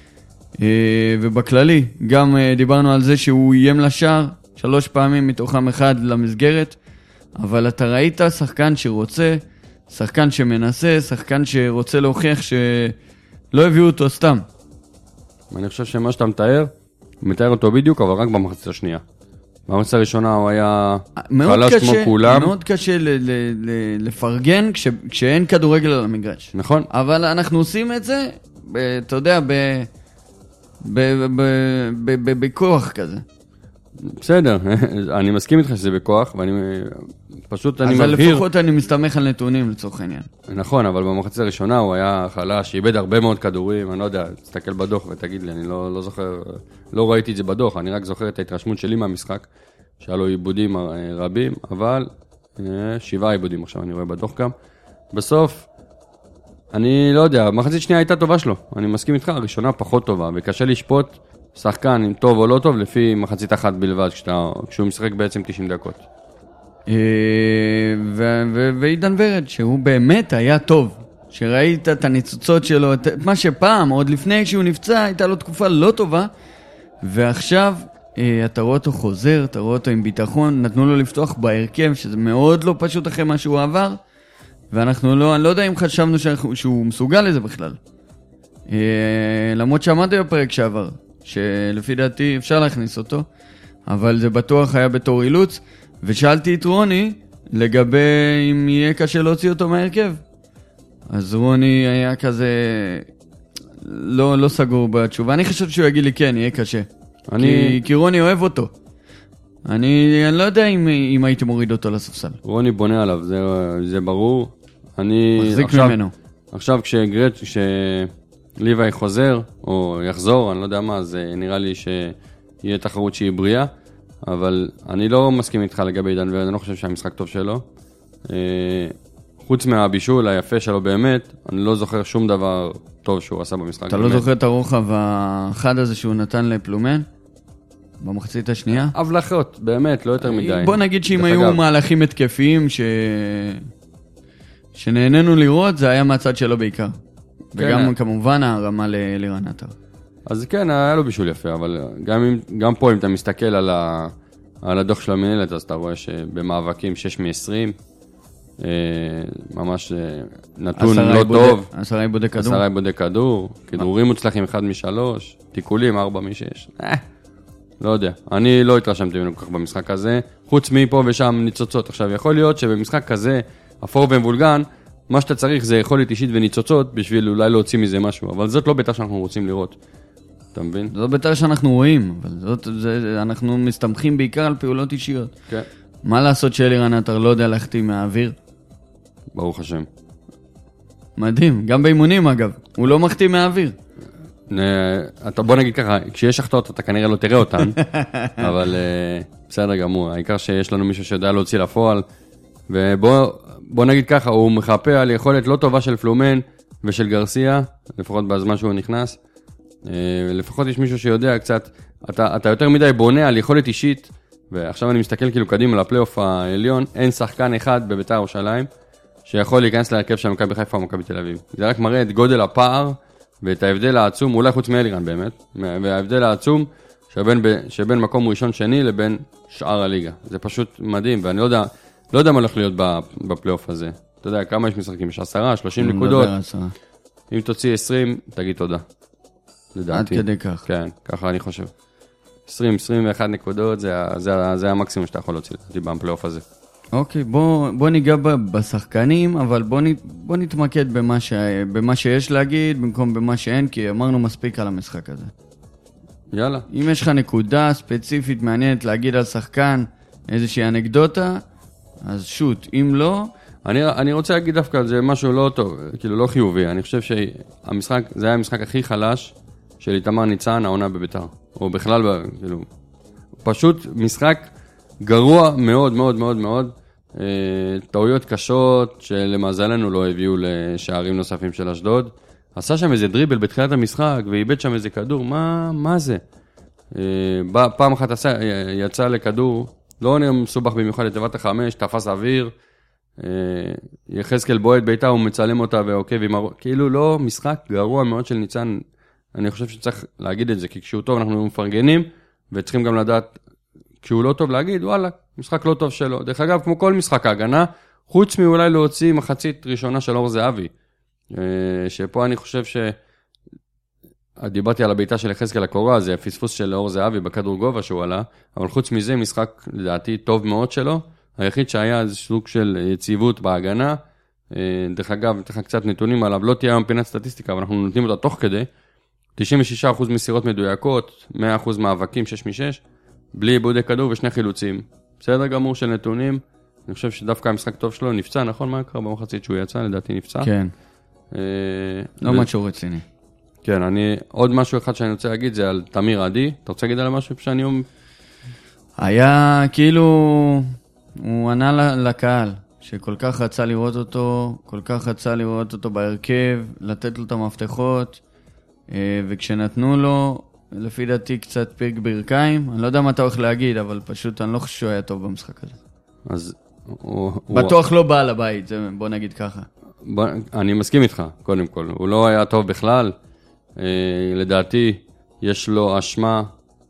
Speaker 2: ובכללי גם דיברנו על זה שהוא איים לשער 3 פעמים מתוכם 1 למסגרת, אבל אתה ראית שחקן שרוצה, שחקן שמנסה, שחקן שרוצה להוכיח שלא הביאו אותו סתם.
Speaker 3: אני חושב שמה שאתה מתאר אותו בדיוק, אבל רק במחצית השנייה. במחצית הראשונה הוא היה חלש כמו כולם.
Speaker 2: מאוד קשה לפרגן כשאין כדורגל על המגרש.
Speaker 3: נכון.
Speaker 2: אבל אנחנו עושים את זה, אתה יודע, בכוח כזה.
Speaker 3: בסדר, אני מסכים איתך שזה בכוח, ואני פשוט אני מבהיר.
Speaker 2: אבל לפחות אני מסתמך על נתונים לצורך העניין.
Speaker 3: נכון, אבל במחצית הראשונה הוא היה חלש, איבד הרבה מאוד כדורים, אני לא יודע, תסתכל בדוח ותגיד לי, אני לא זוכר, לא ראיתי את זה בדוח, אני רק זוכר את ההתרשמות שלי מהמשחק, שהיה לו עיבודים רבים, אבל 7 עיבודים עכשיו אני רואה בדוח גם. בסוף, אני לא יודע, מחצית שנייה הייתה טובה שלו, אני מסכים איתך, הראשונה פחות טובה, וקשה לשפוט שחקן אם טוב או לא טוב, לפי מחצית אחת בלבד, כשהוא משחק בעצם 90 דקות.
Speaker 2: ועידן ורד, שהוא באמת היה טוב. שראית את הניצוצות שלו, את מה שפעם, עוד לפני שהוא נפצע, הייתה לו תקופה לא טובה, ועכשיו אתה רואה אותו חוזר, אתה רואה אותו עם ביטחון, נתנו לו לפתוח בהרכב, שזה מאוד לא פשוט אחרי מה שהוא עבר, ואנחנו לא, אני לא יודע אם חשבנו שהוא מסוגל לזה בכלל. למרות שעמדתי בפרק שעבר, שלפי דעתי אפשר להכניס אותו, אבל זה בטוח היה בתור אילוץ, ושאלתי את רוני לגבי אם יהיה קשה להוציא אותו מהרכב. אז רוני היה כזה לא סגור בתשובה. אני חושב שהוא יגיד לי כן, יהיה קשה. כי רוני אוהב אותו. אני לא יודע אם הייתי מוריד אותו לספסל.
Speaker 3: רוני בונה עליו, זה ברור. אני
Speaker 2: מחזיק ממנו.
Speaker 3: עכשיו כשליוואי חוזר או יחזור, אני לא יודע מה, אז נראה לי שיהיה תחרות שהיא בריאה. אבל אני לא מסכים איתך לגבי עידן ורד, אני לא חושב שהמשחק טוב שלו. חוץ מהבישול היפה שלו באמת, אני לא זוכר שום דבר טוב שהוא עשה במשחק.
Speaker 2: אתה לא זוכר את הרוחב האחד הזה שהוא נתן לפלומן? במחצית השנייה?
Speaker 3: הבלחות, באמת, לא יותר מדי.
Speaker 2: בוא נגיד שאם היו מהלכים התקפיים שנהנינו לראות, זה היה מהצד שלו בעיקר. וגם כמובן הרמה ללירן עטר.
Speaker 3: אז כן, היה לו בישול יפה, אבל גם פה אם אתה מסתכל על הדוח של המנהלת, אז אתה רואה שבמאבקים 6 מ-20, ממש נתון לא טוב.
Speaker 2: 10 עיבודי כדור.
Speaker 3: 10 עיבודי כדור, כדורים מוצלחים 1 מ-3, תיקולים 4 מ-6. לא יודע, אני לא התרשמתי ממנו כל כך במשחק הזה, חוץ מפה ושם ניצוצות. עכשיו, יכול להיות שבמשחק כזה, אפור ומבולגן, מה שאתה צריך זה יכולת אישית וניצוצות, בשביל אולי להוציא מזה משהו, אבל זאת לא ביתר שאנחנו רוצים לראות. אתה מבין?
Speaker 2: זאת ביתר שאנחנו רואים, אבל אנחנו מסתמכים בעיקר על פעולות אישיות.
Speaker 3: כן.
Speaker 2: מה לעשות שאלירן עטר לא יודע להחתים מהאוויר?
Speaker 3: ברוך השם.
Speaker 2: מדהים, גם באימונים אגב, הוא לא מחתים מהאוויר.
Speaker 3: בוא נגיד ככה, כשיש החטאות אתה כנראה לא תראה אותן, אבל בסדר גמור, העיקר שיש לנו מישהו שיודע להוציא לפועל, ובוא נגיד ככה, הוא מחפה על יכולת לא טובה של פלומן ושל גרסיה, לפחות בזמן שהוא נכנס, לפחות יש מישהו שיודע קצת, אתה יותר מדי בונה על יכולת אישית, ועכשיו אני מסתכל כאילו קדימה לפלייאוף העליון, אין שחקן אחד בביתר ירושלים, שיכול להיכנס להרכב של מכבי חיפה או מכבי תל אביב. זה רק מראה את גודל הפער, ואת ההבדל העצום, אולי חוץ מאלירן באמת, וההבדל העצום שבין מקום ראשון שני לבין שאר הליגה. זה פשוט מדהים, ואני לא יודע מה הולך להיות בפלייאוף הזה. אתה יודע, כמה יש משחקים? יש 10, 30 נקודות. אם תוציא 20, תגיד תודה.
Speaker 2: לדעתי. עד כדי כך.
Speaker 3: כן, ככה אני חושב. 20, 21 נקודות, זה המקסימום שאתה יכול להוציא לדעתי בפלייאוף הזה.
Speaker 2: אוקיי, בוא ניגע בשחקנים, אבל בוא נתמקד במה שיש להגיד, במקום במה שאין, כי אמרנו מספיק על המשחק הזה.
Speaker 3: יאללה.
Speaker 2: אם יש לך נקודה ספציפית מעניינת להגיד על שחקן, איזושהי אנקדוטה, אז שוט. אם לא...
Speaker 3: אני רוצה להגיד דווקא, זה משהו לא טוב, כאילו לא חיובי. אני חושב שהמשחק, זה היה המשחק הכי חלש של איתמר ניצן, העונה בביתר. או בכלל, כאילו, פשוט משחק גרוע מאוד מאוד מאוד מאוד. טעויות קשות שלמזלנו לא הביאו לשערים נוספים של אשדוד. עשה שם איזה דריבל בתחילת המשחק ואיבד שם איזה כדור. מה זה? פעם אחת יצא לכדור, לא מסובך במיוחד לטובת החמש, תפס אוויר. יחזקאל בועט ביתה, הוא מצלם אותה ועוקב עם הראש. כאילו לא, משחק גרוע מאוד של ניצן. אני חושב שצריך להגיד את זה, כי כשהוא טוב אנחנו מפרגנים, וצריכים גם לדעת, כשהוא לא טוב להגיד, וואלה, משחק לא טוב שלו. דרך אגב, כמו כל משחק ההגנה, חוץ מאולי להוציא מחצית ראשונה של אור זהבי, שפה אני חושב דיברתי על הביתה של יחזקאל הקורה, זה הפספוס של אור זהבי בכדור גובה שהוא עלה, אבל חוץ מזה משחק לדעתי טוב מאוד שלו, היחיד שהיה איזה סוג של יציבות בהגנה, דרך אגב, נתן קצת נתונים עליו, לא תהיה היום פינת סטטיסטיקה, אבל אנחנו נותנים אותה תוך כדי, 96% מסירות מדויקות, 100% מאבקים 6 מ-6, בלי עיבודי כדור ושני חילוצים. בסדר גמור של נתונים, אני חושב שדווקא המשחק טוב שלו נפצע, נכון? מה קרה במחצית שהוא יצא? לדעתי נפצע.
Speaker 2: כן. לא משהו רציני.
Speaker 3: כן, עוד משהו אחד שאני רוצה להגיד זה על תמיר עדי. אתה רוצה להגיד על משהו שאני אומר?
Speaker 2: היה כאילו, הוא ענה לקהל, שכל כך רצה לראות אותו, כל כך רצה לראות אותו בהרכב, לתת לו את המפתחות, וכשנתנו לו, לפי דעתי קצת פירק ברכיים, אני לא יודע מה אתה הולך להגיד, אבל פשוט אני לא חושב שהוא היה טוב במשחק הזה.
Speaker 3: אז
Speaker 2: בטוח לא בעל הבית, בוא נגיד ככה.
Speaker 3: אני מסכים איתך, קודם כל. הוא לא היה טוב בכלל. לדעתי, יש לו אשמה.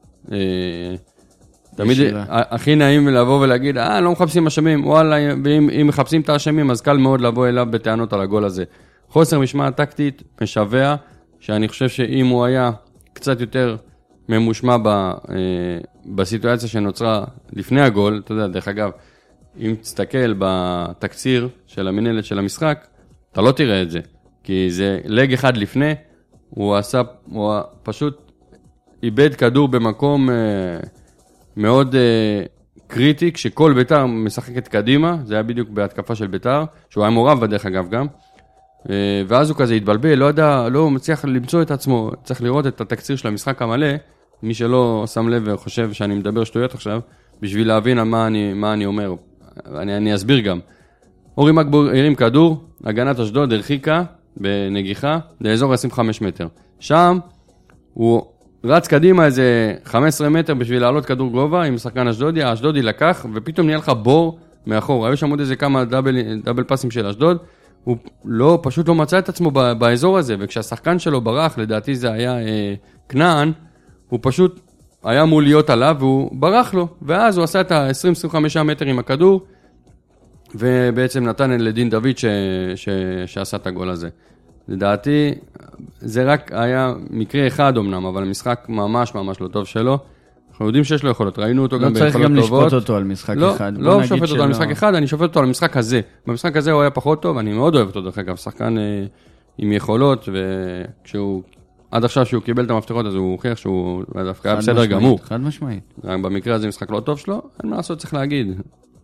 Speaker 3: תמיד הכי נעים לבוא ולהגיד, לא מחפשים אשמים, וואלה, ואם מחפשים את האשמים, אז קל מאוד לבוא אליו בטענות על הגול הזה. חוסר משמעת טקטית, משווה, שאני חושב שאם הוא היה קצת יותר ממושמע בסיטואציה שנוצרה לפני הגול, אתה יודע, דרך אגב, אם תסתכל בתקציר של המנהלת של המשחק, אתה לא תראה את זה, כי זה לג אחד לפני, הוא פשוט איבד כדור במקום מאוד קריטי, כשכל ביתר משחקת קדימה, זה היה בדיוק בהתקפה של ביתר, שהוא היה מעורב בדרך אגב גם, ואז הוא כזה התבלבל, לא מצליח למצוא את עצמו, צריך לראות את התקציר של המשחק המלא, מי שלא שם לב וחושב שאני מדבר שטויות עכשיו, בשביל להבין על מה אני אומר. אני אסביר גם. אורי מגבור הרים כדור, הגנת אשדוד הרחיקה בנגיחה לאזור 25 מטר. שם הוא רץ קדימה איזה 15 מטר בשביל לעלות כדור גובה עם שחקן אשדודי, האשדודי לקח ופתאום נהיה לך בור מאחור. היו שם עוד איזה כמה דאבל פאסים של אשדוד, הוא פשוט לא מצא את עצמו באזור הזה, וכשהשחקן שלו ברח, לדעתי זה היה כנען, הוא פשוט היה מול להיות עליו והוא ברח לו, ואז הוא עשה את ה-20-25 מטר עם הכדור, ובעצם נתן לדין דוד שעשה את הגול הזה. לדעתי, זה רק היה מקרה אחד אמנם, אבל המשחק ממש ממש לא טוב שלו. אנחנו יודעים שיש לו יכולות, ראינו אותו גם ביכולות טובות.
Speaker 2: לא צריך גם לשפוט אותו על משחק אחד.
Speaker 3: לא שופט אותו על משחק אחד, אני שופט אותו על המשחק הזה. במשחק הזה הוא היה פחות טוב, אני מאוד אוהב אותו דרך אגב, שחקן עם יכולות, וכשהוא, עד עכשיו שהוא קיבל את המפתחות, אז הוא הוכיח שהוא דווקא היה בסדר גמור.
Speaker 2: חד משמעית.
Speaker 3: במקרה הזה משחק לא טוב שלו, אין מה לעשות, צריך להגיד.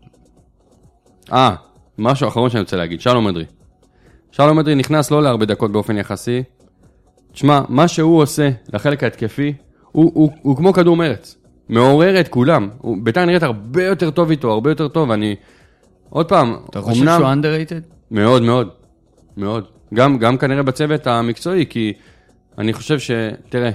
Speaker 3: משהו אחרון שאני רוצה להגיד, שלום אדרי. שלום אדרי נכנס לא להרבה דקות באופן יחסי. תשמע, מה שהוא עושה לחלק ההתקפי, הוא כמו כדור מרץ. מעורר את כולם. ביתר נראית הרבה יותר טוב איתו, הרבה יותר טוב. עוד פעם,
Speaker 2: אתה חושב שהוא underrated?
Speaker 3: מאוד, מאוד. מאוד. גם כנראה בצוות המקצועי, כי אני חושב תראה,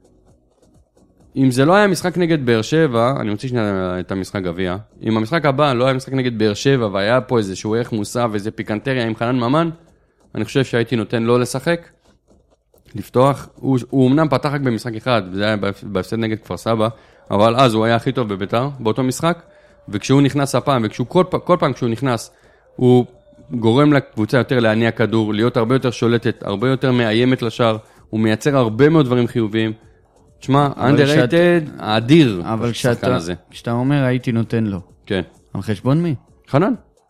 Speaker 3: אם זה לא היה משחק נגד באר שבע, אני רוצה שנייה את המשחק גביע, אם המשחק הבא לא היה משחק נגד באר שבע, והיה פה איזשהו ערך מוסף, ואיזה פיקנטריה עם חנן ממן, אני חושב שהייתי נותן לו לשחק, לפתוח. הוא אמנם פתח רק במשחק אחד, וזה היה בהפסד נגד כפר סבא, אבל אז הוא היה הכי טוב בביתר, באותו משחק, וכשהוא נכנס הפעם, כל פעם כשהוא נכנס, הוא גורם לקבוצה יותר להניע כדור, להיות הרבה יותר שולטת, הרבה יותר מאיימת לשער, הוא מייצר הרבה מאוד דברים חיוביים. תשמע, underrated, האדיר,
Speaker 2: אבל כשאתה אומר הייתי נותן לו.
Speaker 3: כן.
Speaker 2: על חשבון מי?
Speaker 3: חנן.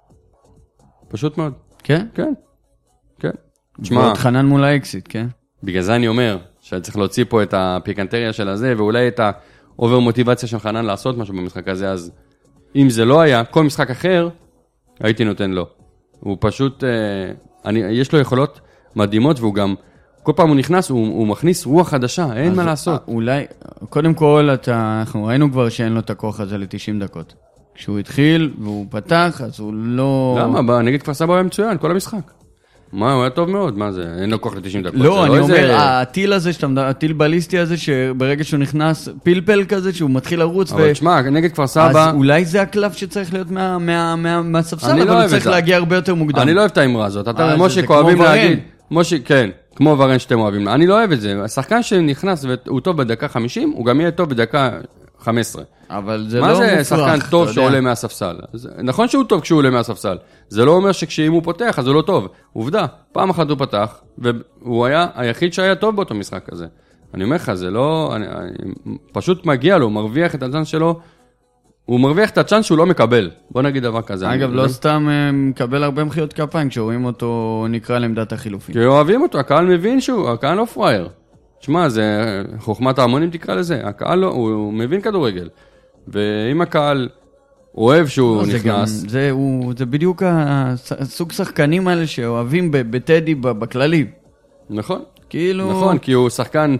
Speaker 3: פשוט מאוד.
Speaker 2: כן?
Speaker 3: כן. כן.
Speaker 2: ועוד חנן מול האקסיט, כן?
Speaker 3: בגלל זה אני אומר, שצריך להוציא פה את הפיקנטריה של הזה, ואולי את האובר מוטיבציה של חנן לעשות משהו במשחק הזה, אז אם זה לא היה, כל משחק אחר, הייתי נותן לו. הוא פשוט, יש לו יכולות מדהימות, והוא גם, כל פעם הוא נכנס, הוא מכניס רוח חדשה, אין מה לעשות.
Speaker 2: אולי, קודם כל, אנחנו ראינו כבר שאין לו את הכוח הזה ל-90 דקות. כשהוא התחיל והוא פתח, אז הוא לא...
Speaker 3: למה? נגד כפר סבא היה מצוין, כל המשחק. מה, הוא היה טוב מאוד, מה זה? אין לו כוח ל-90 דקות.
Speaker 2: לא, אני אומר, הטיל הזה, הטיל בליסטי הזה, שברגע שהוא נכנס, פלפל כזה, שהוא מתחיל לרוץ,
Speaker 3: אבל תשמע, נגד כפר סבא...
Speaker 2: אז אולי זה הקלף שצריך להיות מהספסל, אבל הוא צריך להגיע הרבה יותר מוקדם.
Speaker 3: אני לא אוהב את האמרה הזאת. אתה ומושיק אוהבים להגיד... מושיק, כן, כמו ורן שאתם אוהבים. אני לא אוהב את זה. השחקן שנכנס והוא טוב בדקה 50, הוא גם יהיה טוב בדקה 15.
Speaker 2: אבל זה לא מופרך.
Speaker 3: מה זה שחקן טוב שעולה מהספסל? נכון שהוא טוב כשהוא עולה מהספסל. זה לא אומר שכשאם הוא פותח, אז הוא לא טוב. עובדה, פעם אחת הוא פתח, והוא היה היחיד שהיה טוב באותו משחק הזה. אני אומר לך, זה לא... פשוט מגיע לו, הוא מרוויח את הצ'אנס שלו, הוא מרוויח את הצ'אנס שהוא לא מקבל. בוא נגיד דבר כזה.
Speaker 2: אגב, לא סתם מקבל הרבה מחיאות כפיים, כשרואים אותו נקרא לעמדת החילופים.
Speaker 3: כי אוהבים אותו, הקהל מבין הקהל לא פרייר. תשמע, זה חוכמת ההמונים תקרא לזה. הקהל לא, הוא מבין כדורגל. ואם הקהל אוהב שהוא נכנס...
Speaker 2: זה בדיוק הסוג שחקנים האלה שאוהבים בטדי בכללי.
Speaker 3: נכון.
Speaker 2: כאילו...
Speaker 3: נכון, כי הוא שחקן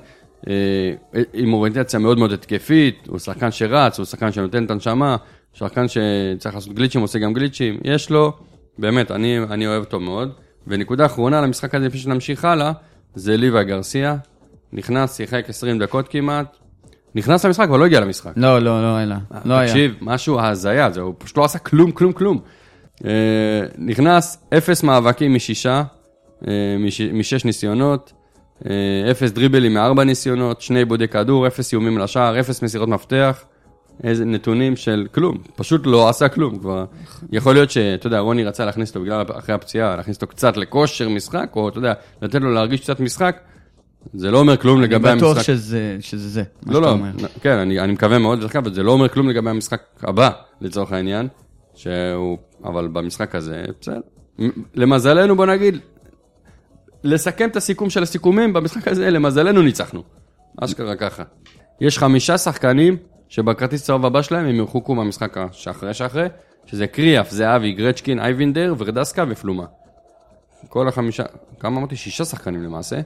Speaker 3: עם אוריינטציה מאוד מאוד התקפית, הוא שחקן שרץ, הוא שחקן שנותן את הנשמה, שחקן שצריך לעשות גליצ'ים, עושה גם גליצ'ים. יש לו, באמת, אני אוהב אותו מאוד. ונקודה אחרונה למשחק הזה, לפני שנמשיך הלאה, זה ליבה גרסיה. נכנס, שיחק 20 דקות כמעט. נכנס למשחק, אבל לא הגיע למשחק.
Speaker 2: לא היה.
Speaker 3: תקשיב, משהו הזיה, הוא פשוט לא עשה כלום. נכנס 0 מאבקים מ6, מ-6 ניסיונות, 0 דריבלים מ-4 ניסיונות, 2 עיבודי כדור, 0 איומים לשער, 0 מסירות מפתח, איזה נתונים של כלום, פשוט לא עשה כלום כבר. יכול להיות שאתה יודע, רוני רצה להכניס אותו בגלל אחרי הפציעה, להכניס אותו קצת לכושר משחק, או אתה יודע, לתת לו להרגיש קצת משחק, זה לא אומר כלום לגבי המשחק.
Speaker 2: אני בטוח שזה זה, מה שאתה אומר.
Speaker 3: כן, אני מקווה מאוד, אבל זה לא אומר כלום לגבי המשחק הבא, לצורך העניין, אבל במשחק הזה, בסדר. למזלנו, בוא נגיד, לסכם את הסיכום של הסיכומים, במשחק הזה, למזלנו ניצחנו. אשכרה ככה. יש 5 שחקנים שבכרטיס צהוב הבא שלהם הם ירחוקו מהמשחק שאחרי, שזה קריאף, זהבי, גרצ'קין, אייבינדר, ורדסקה ופלומה. כל 5, כמה אמרתי? 6 שחקנים למעשה.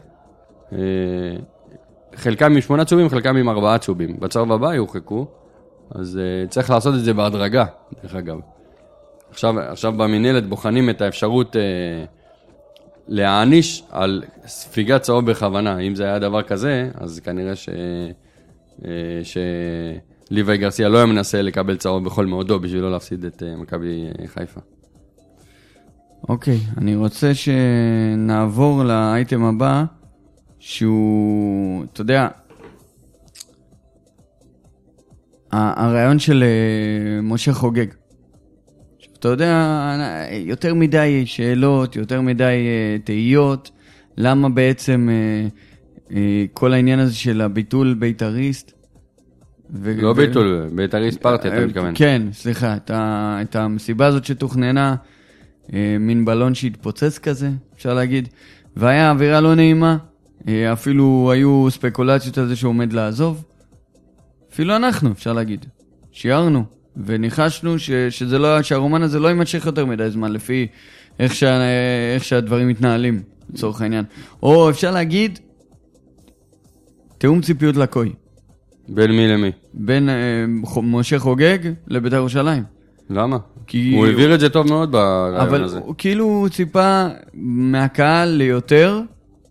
Speaker 3: חלקם עם 8 צהובים, חלקם עם 4 צהובים. בצהוב הבא יורחקו, אז צריך לעשות את זה בהדרגה, דרך אגב. עכשיו במנהלת בוחנים את האפשרות להעניש על ספיגת צהוב בכוונה. אם זה היה דבר כזה, אז כנראה ליווי גרסיה לא היה מנסה לקבל צהוב בכל מאודו בשביל לא להפסיד את מכבי חיפה.
Speaker 2: אוקיי, אני רוצה שנעבור לאייטם הבא, שהוא, אתה יודע, הרעיון של משה חוגג. אתה יודע, יותר מדי שאלות, יותר מדי תהיות, למה בעצם כל העניין הזה של הביטול בית"ריסט?
Speaker 3: לא ביטול, בית"ריסט פרטי, אתה מתכוון.
Speaker 2: כן, סליחה, את המסיבה הזאת שתוכננה, מין בלון שהתפוצץ כזה, אפשר להגיד, והיה אווירה לא נעימה, אפילו היו ספקולציות על זה שהוא עומד לעזוב, אפילו אנחנו, אפשר להגיד, שיערנו. וניחשנו שהרומן הזה לא יימשך יותר מדי זמן, לפי איך שהדברים מתנהלים, לצורך העניין. או אפשר להגיד, תאום ציפיות לקוי.
Speaker 3: בין מי למי?
Speaker 2: בין משה חוגג לבית"ר ירושלים.
Speaker 3: למה? הוא העביר את זה טוב מאוד ברעיון הזה.
Speaker 2: אבל כאילו הוא ציפה מהקהל ליותר,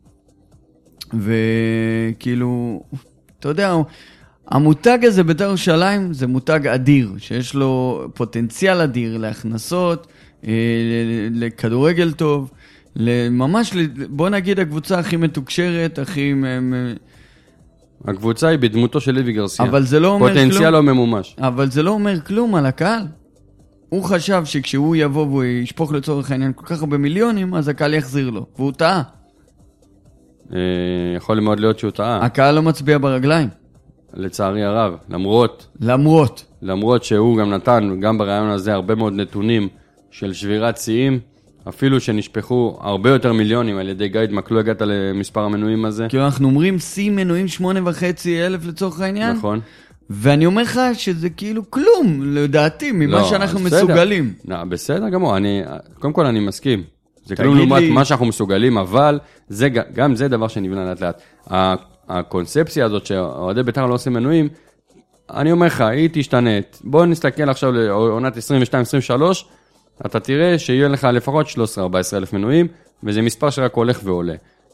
Speaker 2: וכאילו, אתה יודע, המותג הזה בית"ר ירושלים זה מותג אדיר, שיש לו פוטנציאל אדיר להכנסות, לכדורגל טוב, ממש, בוא נגיד הקבוצה הכי מתוקשרת, הכי...
Speaker 3: הקבוצה היא בדמותו של ליווי גרסיה.
Speaker 2: אבל זה לא אומר
Speaker 3: פוטנציאל
Speaker 2: כלום.
Speaker 3: לא ממומש.
Speaker 2: אבל זה לא אומר כלום על הקהל. הוא חשב שכשהוא יבוא והוא ישפוך לצורך העניין כל כך הרבה מיליונים, אז הקהל יחזיר לו, והוא טעה.
Speaker 3: יכול מאוד להיות שהוא טעה.
Speaker 2: הקהל לא מצביע ברגליים.
Speaker 3: לצערי הרב, למרות שהוא גם נתן, גם ברעיון הזה, הרבה מאוד נתונים של שבירת שיאים, אפילו שנשפחו הרבה יותר מיליונים על ידי גיידמק, לא הגעת למספר המנויים הזה.
Speaker 2: כאילו אנחנו אומרים שיא מנויים 8,500 לצורך העניין.
Speaker 3: נכון.
Speaker 2: ואני אומר לך שזה כאילו כלום, לדעתי, ממה שאנחנו מסוגלים.
Speaker 3: בסדר גמור, קודם כל אני מסכים. זה כלום לעומת מה שאנחנו מסוגלים, אבל גם זה דבר שנבנה לאט לאט. הקונספציה הזאת שאוהדי בית"ר לא עושים מנויים, אני אומר לך, היא תשתנית. בוא נסתכל עכשיו לעונת 22-23, אתה תראה שיהיה לך לפחות 13-14 אלף מנויים, וזה מספר שרק הולך ועולה.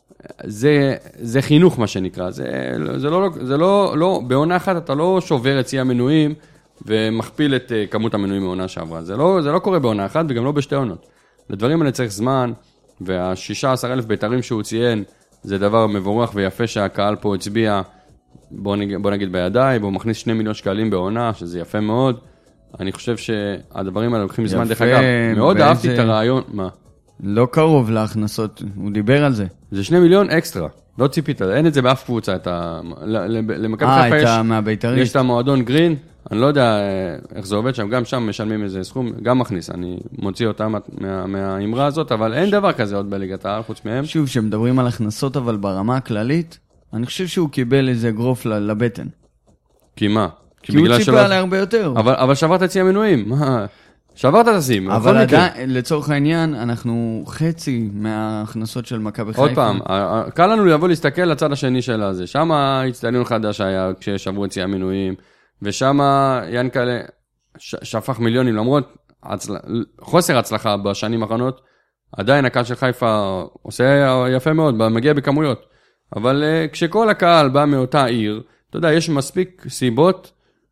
Speaker 3: זה חינוך מה שנקרא, זה לא, בעונה אחת אתה לא שובר את שיא המנויים, ומכפיל את כמות המנויים מעונה שעברה. זה לא קורה בעונה אחת, וגם לא בשתי עונות. לדברים האלה צריך זמן, וה-16,000 בית"רים שהוא ציין, זה דבר מבורך ויפה שהקהל פה הצביע, בוא נגיד בידיי, והוא מכניס 2 מיליון שקלים בעונה, שזה יפה מאוד. אני חושב שהדברים האלה לוקחים זמן דרך אגב. מאוד אהבתי את הרעיון. מה?
Speaker 2: לא קרוב להכנסות, הוא דיבר על זה.
Speaker 3: זה 2 מיליון אקסטרה, לא ציפית, אין את זה באף קבוצה. למכבי חיפה יש את המועדון גרין, אני לא יודע איך זה עובד שם, גם שם משלמים איזה סכום, גם מכניס, אני מוציא אותם מהאמרה הזאת, אבל אין דבר כזה עוד בליגת העל חוץ מהם.
Speaker 2: שוב, שמדברים על הכנסות, אבל ברמה הכללית, אני חושב שהוא קיבל איזה גרוף לבטן.
Speaker 3: כי מה?
Speaker 2: כי הוא ציפה עליה הרבה יותר.
Speaker 3: אבל שברת את שיא המנויים, שברת את השים.
Speaker 2: אבל עדיין, לצורך העניין, אנחנו חצי מההכנסות של מכבי חיפה.
Speaker 3: עוד פעם, קל לנו לבוא להסתכל לצד השני של הזה. שם הצטדיון חדש היה כששברו את שיא המנויים, ושם ינקלה שפך מיליונים, למרות חוסר הצלחה בשנים האחרונות, עדיין הקהל של חיפה עושה יפה מאוד, מגיע בכמויות. אבל כשכל הקהל בא מאותה עיר, אתה יודע, יש מספיק סיבות,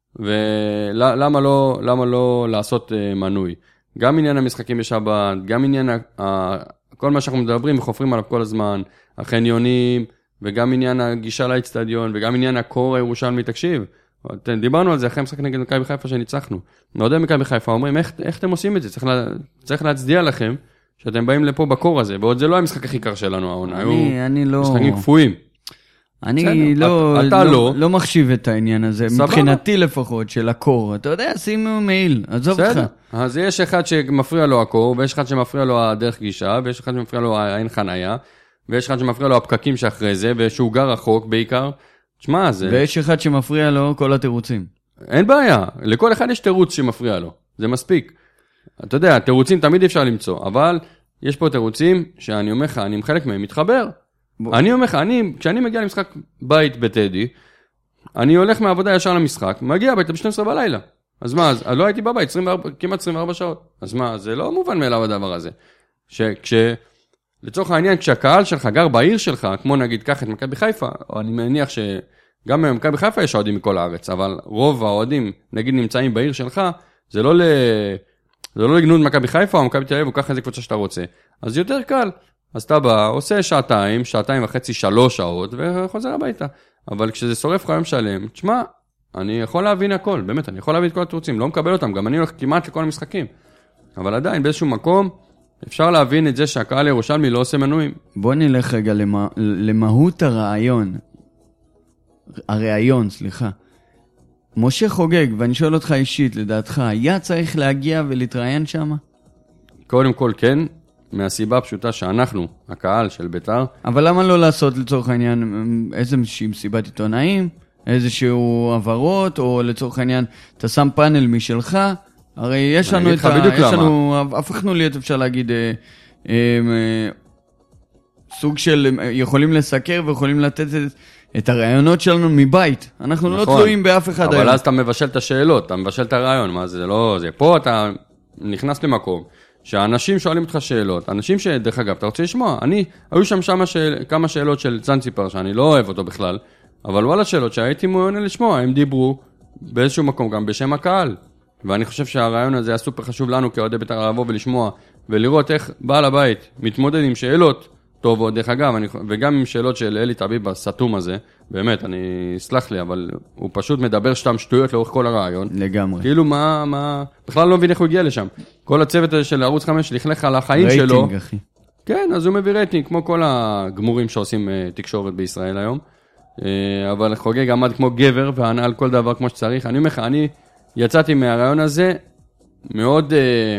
Speaker 3: ולמה לא לעשות מנוי? גם עניין המשחקים בשבת, גם עניין כל מה שאנחנו מדברים וחופרים עליו כל הזמן, החניונים, וגם עניין הגישה לאצטדיון, וגם עניין הקור הירושלמי, תקשיב, דיברנו על זה אחרי משחק נגד מכבי חיפה שניצחנו. נועדי מכבי חיפה אומרים, איך אתם עושים את זה? צריך להצדיע לכם שאתם באים לפה בקור הזה, ועוד זה לא המשחק הכי קר שלנו, העונה, היו משחקים קפואים.
Speaker 2: אני לא מחשיב את העניין הזה, מבחינתי לפחות, של הקור. אתה יודע, שימו מעיל, עזוב אותך.
Speaker 3: אז יש אחד שמפריע לו הקור, ויש אחד שמפריע לו הדרך גישה, ויש אחד שמפריע לו האין חנייה, ויש אחד שמפריע לו הפקקים שאחרי זה, ושהוא גר רחוק בעיקר. תשמע, זה...
Speaker 2: ויש אחד שמפריע לו כל התירוצים.
Speaker 3: אין בעיה, לכל אחד יש תירוץ שמפריע לו, זה מספיק. אתה יודע, תירוצים תמיד אפשר למצוא, אבל יש פה תירוצים שאני אומר לך, אני עם חלק מהם מתחבר. אני אומר לך, כשאני מגיע למשחק בית בטדי, אני הולך מהעבודה ישר למשחק, מגיע הביתה ב-12 בלילה. אז מה, אז לא הייתי בבית, כמעט 24 שעות. אז מה, זה לא מובן מאליו הדבר הזה. לצורך העניין, כשהקהל שלך גר בעיר שלך, כמו נגיד, קח את מכבי חיפה, אני מניח שגם במכבי חיפה יש אוהדים מכל הארץ, אבל רוב האוהדים, נגיד, נמצאים בעיר שלך, זה לא לגנות מכבי חיפה או מכבי תל אביב, או ככה איזה קבוצה שאתה רוצה. אז יותר קל. אז אתה בא, עושה שעתיים וחצי, 3 שעות, וחוזר הביתה. אבל כשזה שורף לך יום שלם, תשמע, אני יכול להבין הכל, באמת, אני יכול להבין את כל התירוצים, לא מקבל אותם, גם אני הולך כמעט לכל המשחקים. אבל עדיין, באיזשהו מקום, אפשר להבין את זה שהקהל ירושלמי לא עושה מנויים.
Speaker 2: בוא נלך רגע למהות הראיון, סליחה. משה חוגג, ואני שואל אותך אישית, לדעתך, היה צריך להגיע ולהתראיין שם?
Speaker 3: קודם כל, כן. מהסיבה הפשוטה שאנחנו, הקהל של ביתר.
Speaker 2: אבל למה לא לעשות לצורך העניין איזושהי מסיבת עיתונאים, איזשהו עברות, או לצורך העניין, אתה שם פאנל משלך, הרי יש לנו את הפכנו להיות, אפשר להגיד, סוג של, יכולים לסקר ויכולים לתת את הרעיונות שלנו מבית. אנחנו לא תלויים באף אחד היום.
Speaker 3: אבל אז אתה מבשל את השאלות, אתה מבשל את הרעיון, מה זה לא, זה פה אתה נכנס למקום. שהאנשים שואלים אותך שאלות, אנשים שדרך אגב, אתה רוצה לשמוע, היו שם כמה שאלות של צנציפר, שאני לא אוהב אותו בכלל, אבל וואלה שאלות שהייתי מעוניין לשמוע, הם דיברו באיזשהו מקום גם בשם הקהל, ואני חושב שהרעיון הזה היה סופר חשוב לנו כאוהדי בית"ר לבוא ולשמוע, ולראות איך בעל הבית מתמודד עם שאלות טובות, דרך אגב, וגם עם שאלות של אלי טביב הסתום הזה, באמת, אני אסלח לי, אבל הוא פשוט מדבר שתם שטויות לאורך כל הרעיון.
Speaker 2: לגמרי.
Speaker 3: כאילו בכלל לא מבין איך הוא הגיע לשם. כל הצוות של ערוץ 5 לכלך על החיים שלו.
Speaker 2: רייטינג, אחי.
Speaker 3: כן, אז הוא מביא רייטינג, כמו כל הגמורים שעושים תקשורת בישראל היום. אבל חוגג עמד כמו גבר, וענה על כל דבר כמו שצריך. אני אומר לך, אני יצאתי מהרעיון הזה מאוד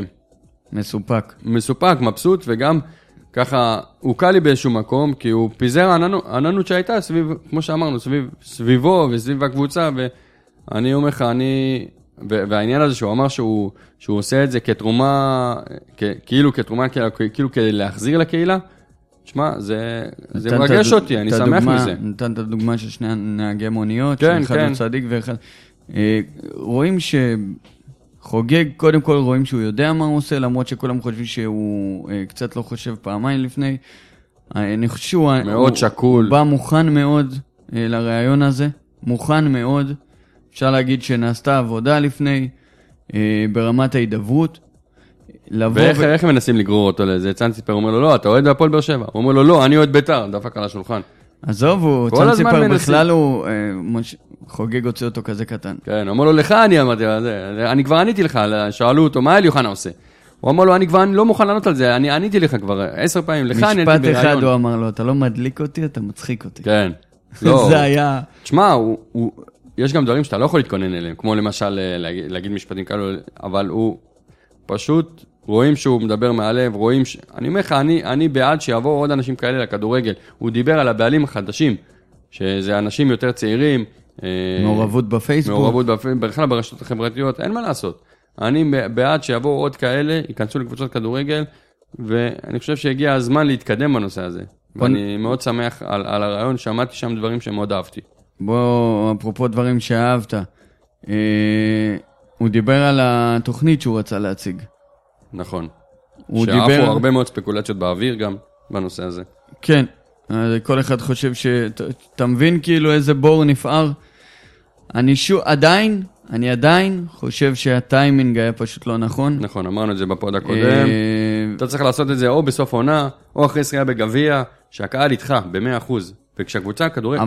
Speaker 3: מסופק, מבסוט, וגם ככה, הוא קל לי באיזשהו מקום, כי הוא פיזר העננות שהייתה סביב, כמו שאמרנו, סביבו וסביב הקבוצה, ואני אומר לך, והעניין הזה שהוא אמר שהוא עושה את זה כתרומה, כאילו כדי להחזיר לקהילה, תשמע, זה מרגש אותי, אני שמח מזה.
Speaker 2: נתן את הדוגמה של שני נהגי מוניות, שאחד הוא צדיק ואחד. רואים חוגג, קודם כל רואים שהוא יודע מה הוא עושה, למרות שכולם חושבים שהוא קצת לא חושב פעמיים לפני. אני חושב שהוא
Speaker 3: מאוד שקול.
Speaker 2: הוא בא מוכן מאוד לרעיון הזה, מוכן מאוד. אפשר להגיד שנעשתה עבודה לפני, ברמת ההידברות.
Speaker 3: ואיך הם מנסים לגרור אותו לזה? צנציפר אומר לו, לא, אתה אוהד בהפועל באר שבע. הוא אומר לו, לא, אני אוהד בית"ר, דפק על השולחן.
Speaker 2: עזוב, צנציפר בכלל הוא, חוגג הוציא אותו כזה קטן.
Speaker 3: כן, הוא אומר לו, לך אני אמרתי, אני כבר עניתי לך, שאלו אותו, מה אלי יוחנה עושה? הוא אמר לו, אני כבר לא מוכן לענות על זה, אני עניתי לך כבר 10 פעמים, לך אני עניתי
Speaker 2: משפט אחד הוא אמר לו, אתה לא מדליק אותי, אתה מצחיק אותי.
Speaker 3: כן.
Speaker 2: זה היה...
Speaker 3: תשמע, יש גם דברים שאתה לא יכול להתכונן אליהם, כמו למשל להגיד משפטים כאלו, אבל הוא פשוט... רואים שהוא מדבר מהלב, רואים אני אומר לך, אני בעד שיעבור עוד אנשים כאלה לכדורגל. הוא דיבר על הבעלים החדשים, שזה אנשים יותר צעירים.
Speaker 2: מעורבות בפייסבוק.
Speaker 3: בכלל ברשתות החברתיות, אין מה לעשות. אני בעד שיעבור עוד כאלה, ייכנסו לקבוצות כדורגל, ואני חושב שהגיע הזמן להתקדם בנושא הזה. ואני מאוד שמח על הרעיון, שמעתי שם דברים שמאוד אהבתי.
Speaker 2: בוא, אפרופו דברים שאהבת, הוא דיבר על התוכנית שהוא רצה להציג.
Speaker 3: נכון. שעפו הרבה מאוד ספקולציות באוויר גם בנושא הזה.
Speaker 2: כן. כל אחד חושב אתה מבין כאילו איזה בור נפער. עדיין, אני עדיין חושב שהטיימינג היה פשוט לא נכון.
Speaker 3: נכון, אמרנו את זה בפוד הקודם. אתה צריך לעשות את זה או בסוף עונה, או אחרי שחייה בגביע, שהקהל איתך ב100%. וכשהקבוצה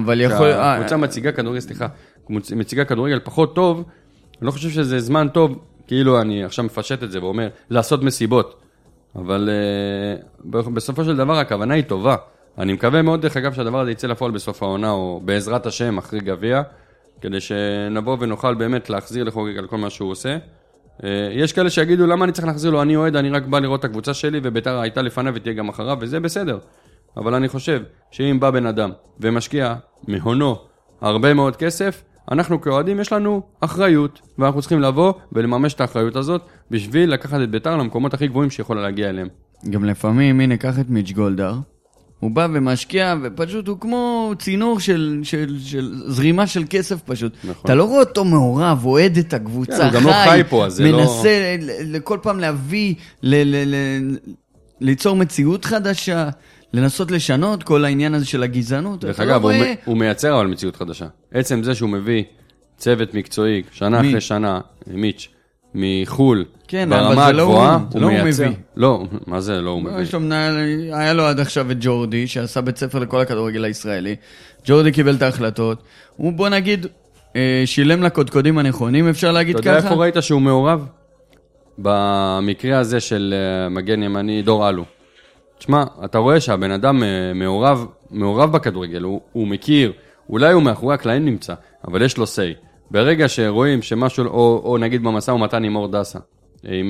Speaker 3: מציגה כדורגל פחות טוב, אני לא חושב שזה זמן טוב, כאילו אני עכשיו מפשט את זה ואומר, לעשות מסיבות. אבל בסופו של דבר הכוונה היא טובה. אני מקווה מאוד דרך אגב שהדבר הזה יצא לפועל בסוף העונה, או בעזרת השם אחרי גביע, כדי שנבוא ונוכל באמת להחזיר לחוגג על כל מה שהוא עושה. יש כאלה שיגידו, למה אני צריך להחזיר לו? אני אוהד, אני רק בא לראות את הקבוצה שלי, וביתר הייתה לפניו ותהיה גם אחריו, וזה בסדר. אבל אני חושב שאם בא בן אדם ומשקיע מהונו הרבה מאוד כסף, אנחנו כאוהדים יש לנו אחריות, ואנחנו צריכים לבוא ולממש את האחריות הזאת, בשביל לקחת את ביתר למקומות הכי גבוהים שיכולה להגיע אליהם.
Speaker 2: גם לפעמים, הנה, קח את מיץ' גולדהר, הוא בא ומשקיע, ופשוט הוא כמו צינור של זרימה של כסף פשוט. נכון. אתה לא רואה אותו מעורב, אוהד את הקבוצה,
Speaker 3: כן, הוא גם לא חי פה, אז זה לא...
Speaker 2: מנסה לכל פעם להביא, ליצור מציאות חדשה, לנסות לשנות כל העניין הזה של הגזענות.
Speaker 3: דרך אגב, הוא מייצר אבל מציאות חדשה. עצם זה שהוא מביא צוות מקצועי, שנה אחרי שנה, מיץ', מחול,
Speaker 2: כן,
Speaker 3: ברמה הגבוהה,
Speaker 2: הוא מייצר.
Speaker 3: לא, מה זה לא הוא מביא?
Speaker 2: היה לו עד עכשיו את ג'ורדי, שעשה בית ספר לכל הכדורגל הישראלי. ג'ורדי קיבל את ההחלטות. הוא, בוא נגיד, שילם לקודקודים הנכונים, אפשר להגיד ככה.
Speaker 3: אתה יודע איפה ראית שהוא מעורב? במקרה הזה של מגן ימני דור אלו. תשמע, אתה רואה שהבן אדם מעורב בכדורגל, הוא מכיר, אולי הוא מאחורי הקלעים נמצא, אבל יש לו סי. ברגע שרואים שמשהו, או נגיד במשא ומתן עם אור דסה, עם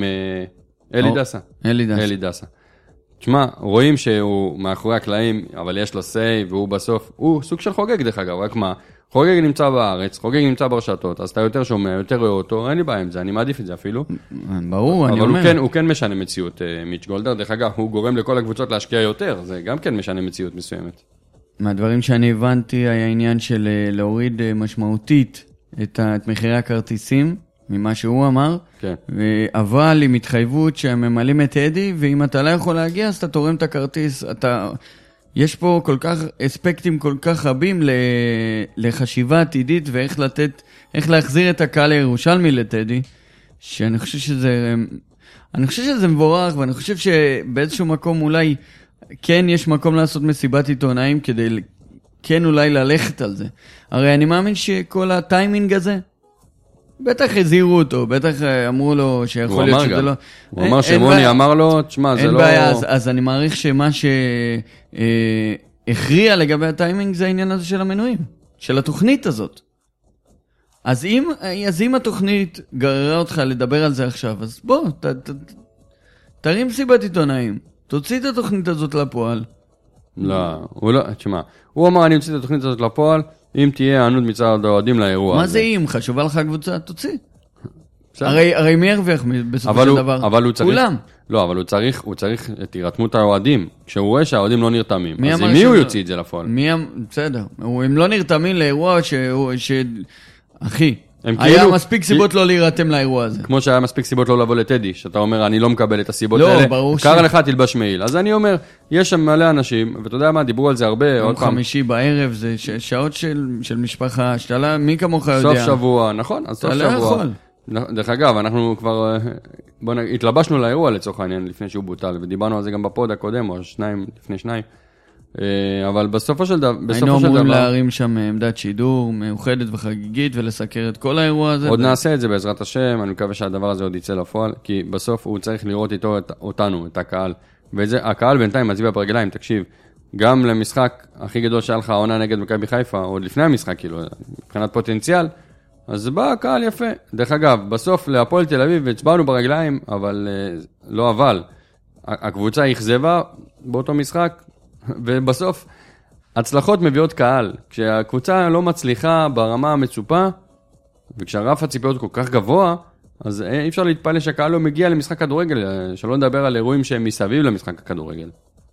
Speaker 3: אלי דסה. תשמע, רואים שהוא מאחורי הקלעים, אבל יש לו סי, והוא בסוף, הוא סוג של חוגג דרך אגב, רק מה, חוגג נמצא בארץ, חוגג נמצא ברשתות, אז אתה יותר שומע, יותר רואה אותו, אין לי בעיה עם זה, אני מעדיף את זה אפילו.
Speaker 2: ברור, אני אומר.
Speaker 3: אבל הוא כן משנה מציאות, מיץ' גולדהר, דרך אגב, הוא גורם לכל הקבוצות להשקיע יותר, זה גם כן משנה מציאות מסוימת. מהדברים
Speaker 2: שאני הבנתי, היה עניין של להוריד משמעותית את מחירי הכרטיסים, ממה שהוא אמר,
Speaker 3: כן.
Speaker 2: אבל עם התחייבות שהם ממלאים את אדי, ואם אתה לא יכול להגיע, אז אתה תורם את הכרטיס, יש פה כל כך אספקטים כל כך רבים לחשיבה עתידית ואיך איך להחזיר את הקהל הירושלמי לטדי, שאני חושב שזה מבורך, ואני חושב שבאיזשהו מקום אולי כן יש מקום לעשות מסיבת עיתונאים כדי כן אולי ללכת על זה. הרי אני מאמין שכל הטיימינג הזה, בטח הזהירו אותו, בטח אמרו לו שיכול להיות שזה לא...
Speaker 3: הוא אמר שמוני אמר לו, תשמע, זה לא...
Speaker 2: אין בעיה, אז אני מעריך שמה שהכריע לגבי הטיימינג זה העניין הזה של המנויים, של התוכנית הזאת. אז אם התוכנית גררה אותך לדבר על זה עכשיו, אז בוא, תרים סיבת עיתונאים, תוציא את התוכנית הזאת לפועל.
Speaker 3: לא, תשמע, הוא אמר, אני אוציא את התוכנית הזאת לפועל, אם תהיה הענות מצד האוהדים לאירוע הזה.
Speaker 2: מה זה אם? חשובה לך הקבוצה? תוציא. הרי מי ירוויח בסופו של דבר? כולם.
Speaker 3: לא, אבל הוא צריך את הירתמות האוהדים. כשהוא רואה שהאוהדים לא נרתמים, אז מי הוא יוציא את זה לפועל?
Speaker 2: בסדר. הם לא נרתמים לאירוע אחי, היה מספיק סיבות לא להירתם לאירוע הזה.
Speaker 3: כמו שהיה מספיק סיבות לא לבוא לטדי, שאתה אומר, אני לא מקבל את הסיבות האלה.
Speaker 2: לא, ברור
Speaker 3: קרא לך תלבש מעיל. אז אני אומר, יש שם מלא אנשים, ואתה יודע מה, דיברו על זה הרבה.
Speaker 2: יום חמישי בערב, זה שעות של משפחה, שאתה מי כמוך יודע.
Speaker 3: סוף שבוע, נכון? אז סוף שבוע. דרך אגב, אנחנו כבר, התלבשנו לאירוע לצורך העניין, לפני שהוא בוטל, ודיברנו על זה גם בפוד הקודם, או לפני שניים. אבל בסופו של דבר...
Speaker 2: היינו אמורים להרים שם עמדת שידור מאוחדת וחגיגית ולסקר את כל האירוע הזה.
Speaker 3: עוד נעשה את זה בעזרת השם, אני מקווה שהדבר הזה עוד יצא לפועל, כי בסוף הוא צריך לראות איתו אותנו, את הקהל. והקהל בינתיים מצביע ברגליים, תקשיב, גם למשחק הכי גדול שהיה לך העונה נגד מכבי חיפה, עוד לפני המשחק, כאילו, מבחינת פוטנציאל, אז בא הקהל יפה. דרך אגב, בסוף להפועל תל אביב הצבענו ברגליים, אבל לא אבל. הקבוצה הכזבה באותו משחק, ובסוף, הצלחות מביאות קהל. כשהקבוצה לא מצליחה ברמה המצופה, וכשהרף הציפיות כל כך גבוה, אז אי אפשר להתפעל שהקהל לא מגיע למשחק כדורגל, שלא נדבר על אירועים שהם מסביב למשחק הכדורגל.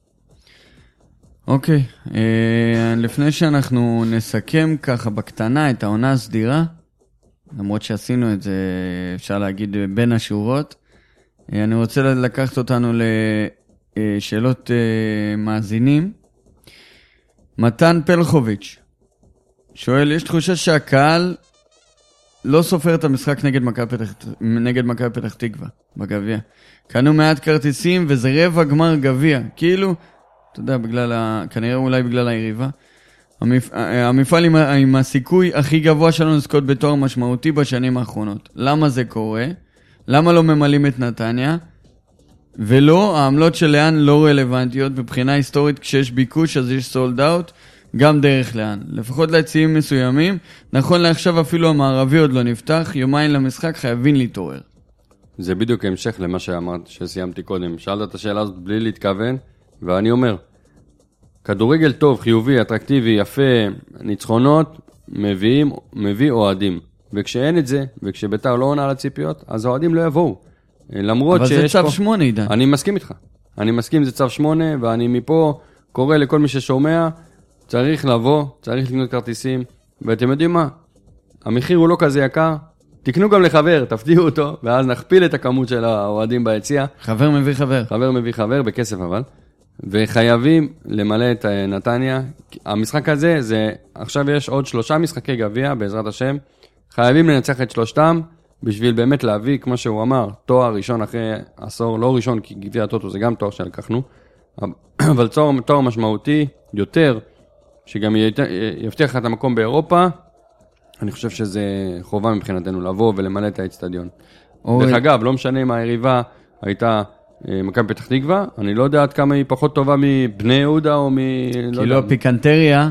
Speaker 2: אוקיי, לפני שאנחנו נסכם ככה בקטנה את העונה הסדירה, למרות שעשינו את זה, אפשר להגיד, בין השורות, אני רוצה לקחת אותנו שאלות מאזינים. מתן פלחוביץ' שואל, יש תחושה שהקהל לא סופר את המשחק נגד מכבי פתח תקווה, בגביע. קנו מעט כרטיסים, וזה רבע גמר גביע. כאילו, אתה יודע, כנראה אולי בגלל היריבה. המפעל עם הסיכוי הכי גבוה שלנו לזכות בתואר משמעותי בשנים האחרונות. למה זה קורה? למה לא ממלאים את נתניה? ולא, העמלות של לאן לא רלוונטיות. מבחינה היסטורית, כשיש ביקוש, אז יש סולד אאוט, גם דרך לאן. לפחות ליציאים מסוימים. נכון לעכשיו אפילו המערבי עוד לא נפתח, יומיים למשחק חייבים להתעורר.
Speaker 3: זה בדיוק המשך למה שאמרת, שסיימתי קודם. שאלת את השאלה הזאת בלי להתכוון, ואני כדורגל טוב, חיובי, אטרקטיבי, יפה, ניצחונות, מביא אוהדים. וכשאין את זה, וכשביתר לא עונה על הציפיות, אז האוהדים לא יבואו. למרות
Speaker 2: אבל זה צו 8, עידן.
Speaker 3: אני מסכים איתך. אני מסכים, זה צו 8, ואני מפה קורא לכל מי ששומע, צריך לבוא, צריך לקנות כרטיסים, ואתם יודעים מה? המחיר הוא לא כזה יקר, תקנו גם לחבר, תפתיעו אותו, ואז נכפיל את הכמות של האוהדים ביציאה.
Speaker 2: חבר מביא חבר.
Speaker 3: חבר מביא חבר, בכסף אבל. וחייבים למלא את נתניה. המשחק הזה, עכשיו יש עוד 3 משחקי גביע, בעזרת השם. חייבים לנצח את 3, בשביל באמת להביא, כמו שהוא אמר, תואר ראשון אחרי עשור, לא ראשון, כי גביע הטוטו זה גם תואר שלקחנו, אבל תואר משמעותי יותר, שגם יבטיח את המקום באירופה. אני חושב שזה חובה מבחינתנו לבוא ולמלא את האצטדיון. דרך אגב, לא משנה אם היריבה הייתה מכבי פתח תקווה, אני לא יודע עד כמה היא פחות טובה מבני יהודה או
Speaker 2: כאילו הפיקנטריה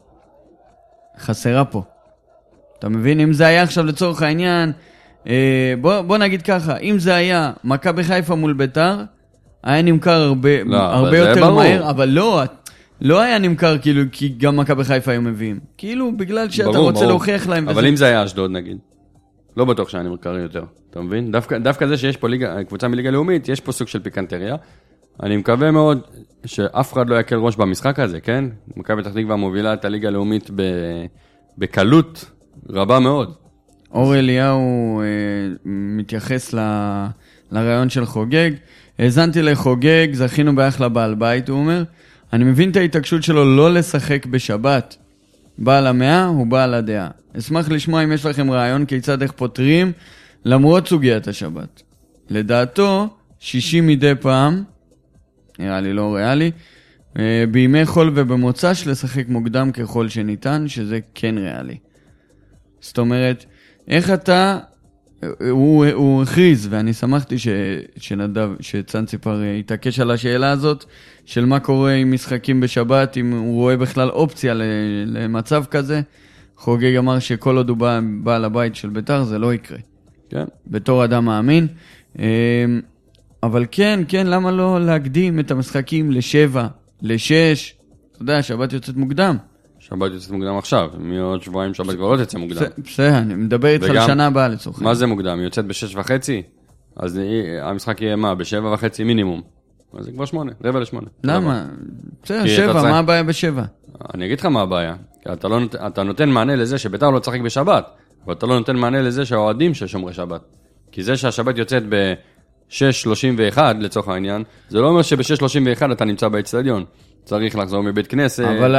Speaker 2: חסרה פה. אתה מבין? אם זה היה עכשיו לצורך העניין, בוא נגיד ככה, אם זה היה מכבי חיפה מול ביתר, היה נמכר הרבה יותר מהר, אבל לא היה נמכר כאילו, כי גם מכבי חיפה היו מביאים. כאילו, בגלל שאתה רוצה להוכיח להם.
Speaker 3: אבל אם זה היה אשדוד נגיד, לא בטוח שאני נמכר יותר, אתה מבין? דווקא זה שיש פה קבוצה מליגה לאומית, יש פה סוג של פיקנטריה. אני מקווה מאוד שאף אחד לא יקל ראש במשחק הזה, כן? מכבי פתח תקווה מובילה את הליגה הלאומית בקלות רבה מאוד.
Speaker 2: אור אליהו מתייחס לרעיון של חוגג. האזנתי לחוגג, זכינו באחלה בעל בית, הוא אומר. אני מבין את ההתעקשות שלו לא לשחק בשבת. בעל המאה הוא בעל הדעה. אשמח לשמוע אם יש לכם רעיון כיצד איך פותרים, למרות סוגיית השבת. לדעתו, 60 מדי פעם, נראה לי לא ריאלי, בימי חול ובמוצ"ש לשחק מוקדם ככל שניתן, שזה כן ריאלי. זאת אומרת, איך אתה, הוא הכריז, ואני שמחתי שצאנציפר התעקש על השאלה הזאת, של מה קורה עם משחקים בשבת, אם הוא רואה בכלל אופציה למצב כזה. חוגג אמר שכל עוד הוא בעל הבית של ביתר, זה לא יקרה.
Speaker 3: כן.
Speaker 2: בתור אדם מאמין. אבל כן, למה לא להקדים את המשחקים ל7, ל6? אתה יודע, שבת יוצאת מוקדם.
Speaker 3: שבת יוצאת מוקדם עכשיו, מעוד שבועיים שבת כבר לא תצא מוקדם.
Speaker 2: בסדר, אני מדבר איתך לשנה הבאה לצורך.
Speaker 3: מה זה מוקדם? היא יוצאת ב6:30, אז המשחק יהיה מה? ב7:30 מינימום. אז זה כבר 8, 7:45.
Speaker 2: למה? בסדר, 7, מה הבעיה ב7?
Speaker 3: אני אגיד לך מה הבעיה. אתה נותן מענה לזה שביתר לא צחק בשבת, אבל אתה לא נותן מענה לזה שהאוהדים ששומרי שבת. כי זה שהשבת יוצאת ב6:31 לצורך העניין, זה לא אומר שב6:31 אתה נמצא באצטדיון. צריך לחזור מבית כנסת,
Speaker 2: אבל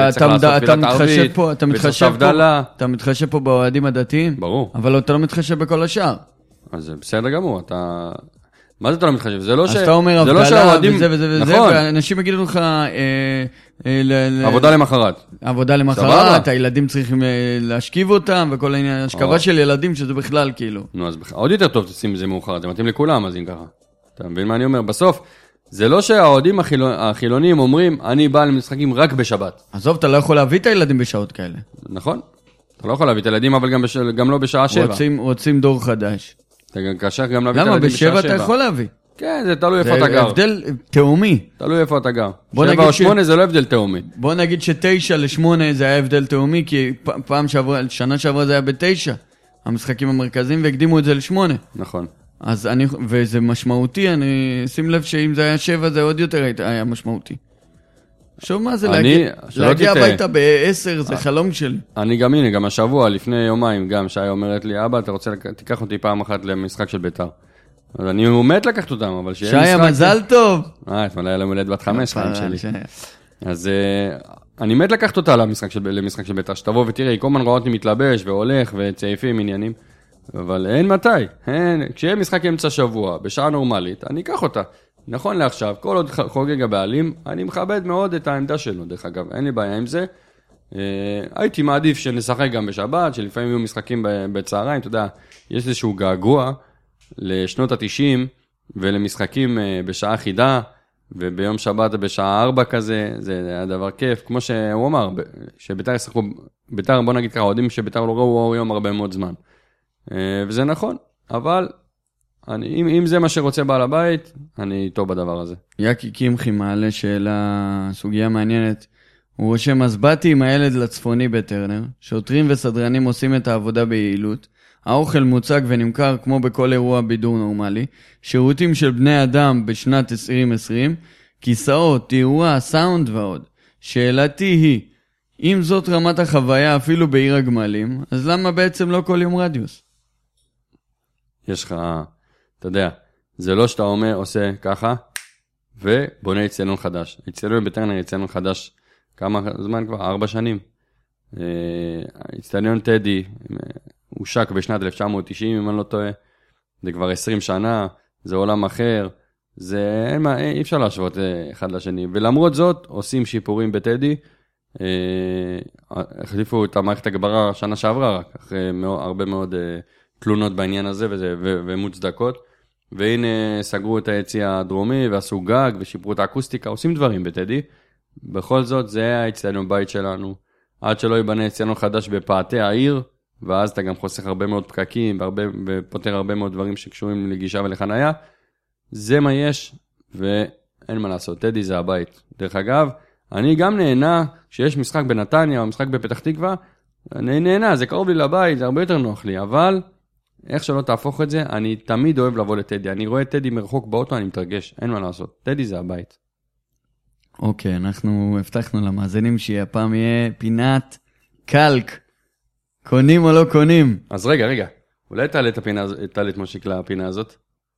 Speaker 2: אתה מתחשב פה באוהדים הדתיים?
Speaker 3: ברור.
Speaker 2: אבל אתה לא מתחשב בכל השאר.
Speaker 3: אז זה בסדר גמור, מה זה אתה לא מתחשב? זה לא
Speaker 2: אז אתה אומר הבדלה וזה וזה, ואנשים יגידו לך
Speaker 3: עבודה למחרת.
Speaker 2: עבודה למחרת, הילדים צריכים להשכיב אותם, וכל העניין, השכבה של ילדים שזה בכלל כאילו.
Speaker 3: נו, אז עוד יותר טוב תשים את זה מאוחר, זה מתאים לכולם, אז אם ככה. אתה מבין מה אני אומר? בסוף, זה לא שהאוהדים החילונים אומרים, אני בא למשחקים רק בשבת.
Speaker 2: עזוב, אתה לא יכול להביא את הילדים בשעות כאלה.
Speaker 3: נכון. אתה לא יכול להביא את הילדים, אבל גם לא בשעה 7.
Speaker 2: רוצים דור חדש.
Speaker 3: אתה קשר גם להביא את הילדים בשעה 7.
Speaker 2: למה? ב7 אתה יכול להביא.
Speaker 3: כן, זה תלוי איפה אתה גר.
Speaker 2: זה הבדל תאומי.
Speaker 3: תלוי איפה אתה גר. 7 או 8 זה לא הבדל תאומי.
Speaker 2: בוא נגיד ש9 ל8 זה היה הבדל תאומי, כי שנה שעברה זה היה ב9, המשחקים המרכזיים, והקדימו את זה ל8.
Speaker 3: נכון.
Speaker 2: אז וזה משמעותי, אני שים לב שאם זה היה 7 זה עוד יותר היה משמעותי. שוב מה זה להגיע הביתה ב10 זה חלום שלי.
Speaker 3: אני גם השבוע, לפני יומיים, גם שי אומרת לי, אבא, אתה רוצה, תיקח אותי פעם אחת למשחק של ביתר. אז אני מת לקחת אותם, אבל שיהיה משחק...
Speaker 2: שי, המזל טוב.
Speaker 3: אתמול היה למולד בת 5 חיים שלי. אז אני מת לקחת אותה למשחק של ביתר, שתבוא ותראה, היא כל הזמן רואה אותי מתלבש והולך וצעיפים עניינים. אבל אין מתי. כשיהיה משחק אמצע שבוע, בשעה נורמלית, אני אקח אותה. נכון לעכשיו, כל עוד חוגג הבעלים, אני מכבד מאוד את העמדה שלו, דרך אגב, אין לי בעיה עם זה. הייתי מעדיף שנשחק גם בשבת, שלפעמים יהיו משחקים בצהריים, אתה יודע, יש איזשהו געגוע לשנות ה-90, ולמשחקים בשעה חידה, וביום שבת בשעה 4 כזה, זה היה דבר כיף, כמו שהוא אמר, שביתר ישחקו, ביתר, בוא נגיד ככה, יודעים שביתר לא ראו אור יום הרבה מאוד זמן. וזה נכון, אבל אם זה מה שרוצה בעל הבית, אני איתו בדבר הזה.
Speaker 2: יקי קמחי מעלה שאלה, סוגיה מעניינת. הוא רושם, אז באתי עם הילד לצפוני בטרנר, שוטרים וסדרנים עושים את העבודה ביעילות, האוכל מוצג ונמכר כמו בכל אירוע בידור נורמלי, שירותים של בני אדם בשנת 2020, כיסאות, תאורה, סאונד ועוד. שאלתי היא, אם זאת רמת החוויה אפילו בעיר הגמלים, אז למה בעצם לא כל יום רדיוס?
Speaker 3: יש לך, אתה יודע, זה לא שאתה אומר, עושה ככה, ובונה אצטדיון חדש. אצטדיון בטרנר, אצטדיון חדש, כמה זמן כבר? 4 שנים. אצטדיון טדי, הושק בשנת 1990, אם אני לא טועה. זה כבר 20 שנה, זה עולם אחר, זה אי אפשר להשוות אחד לשני. ולמרות זאת, עושים שיפורים בטדי, החליפו את המערכת הגברה שנה שעברה רק, אחרי הרבה מאוד תלונות בעניין הזה ומוצדקות. והנה סגרו את היציאה הדרומי ועשו גג ושיפרו את האקוסטיקה, עושים דברים בטדי. בכל זאת, זה האצטדיון בית שלנו. עד שלא ייבנה אצטדיון חדש בפאתי העיר, ואז אתה גם חוסך הרבה מאוד פקקים, ופותר הרבה מאוד דברים שקשורים לגישה ולחנייה. זה מה יש, ואין מה לעשות. טדי זה הבית. דרך אגב, אני גם נהנה שיש משחק בנתניה או משחק בפתח תקווה, אני נהנה, זה קרוב לי לבית, זה הרבה יותר נוח לי, אבל איך שלא תהפוך את זה, אני תמיד אוהב לבוא לטדי. אני רואה טדי מרחוק באוטו, אני מתרגש, אין מה לעשות. טדי זה הבית.
Speaker 2: אוקיי, אנחנו הבטחנו למאזינים שהפעם יהיה פינת קלק. קונים או לא קונים?
Speaker 3: אז רגע. אולי תעלה את מושיק לפינה הזאת?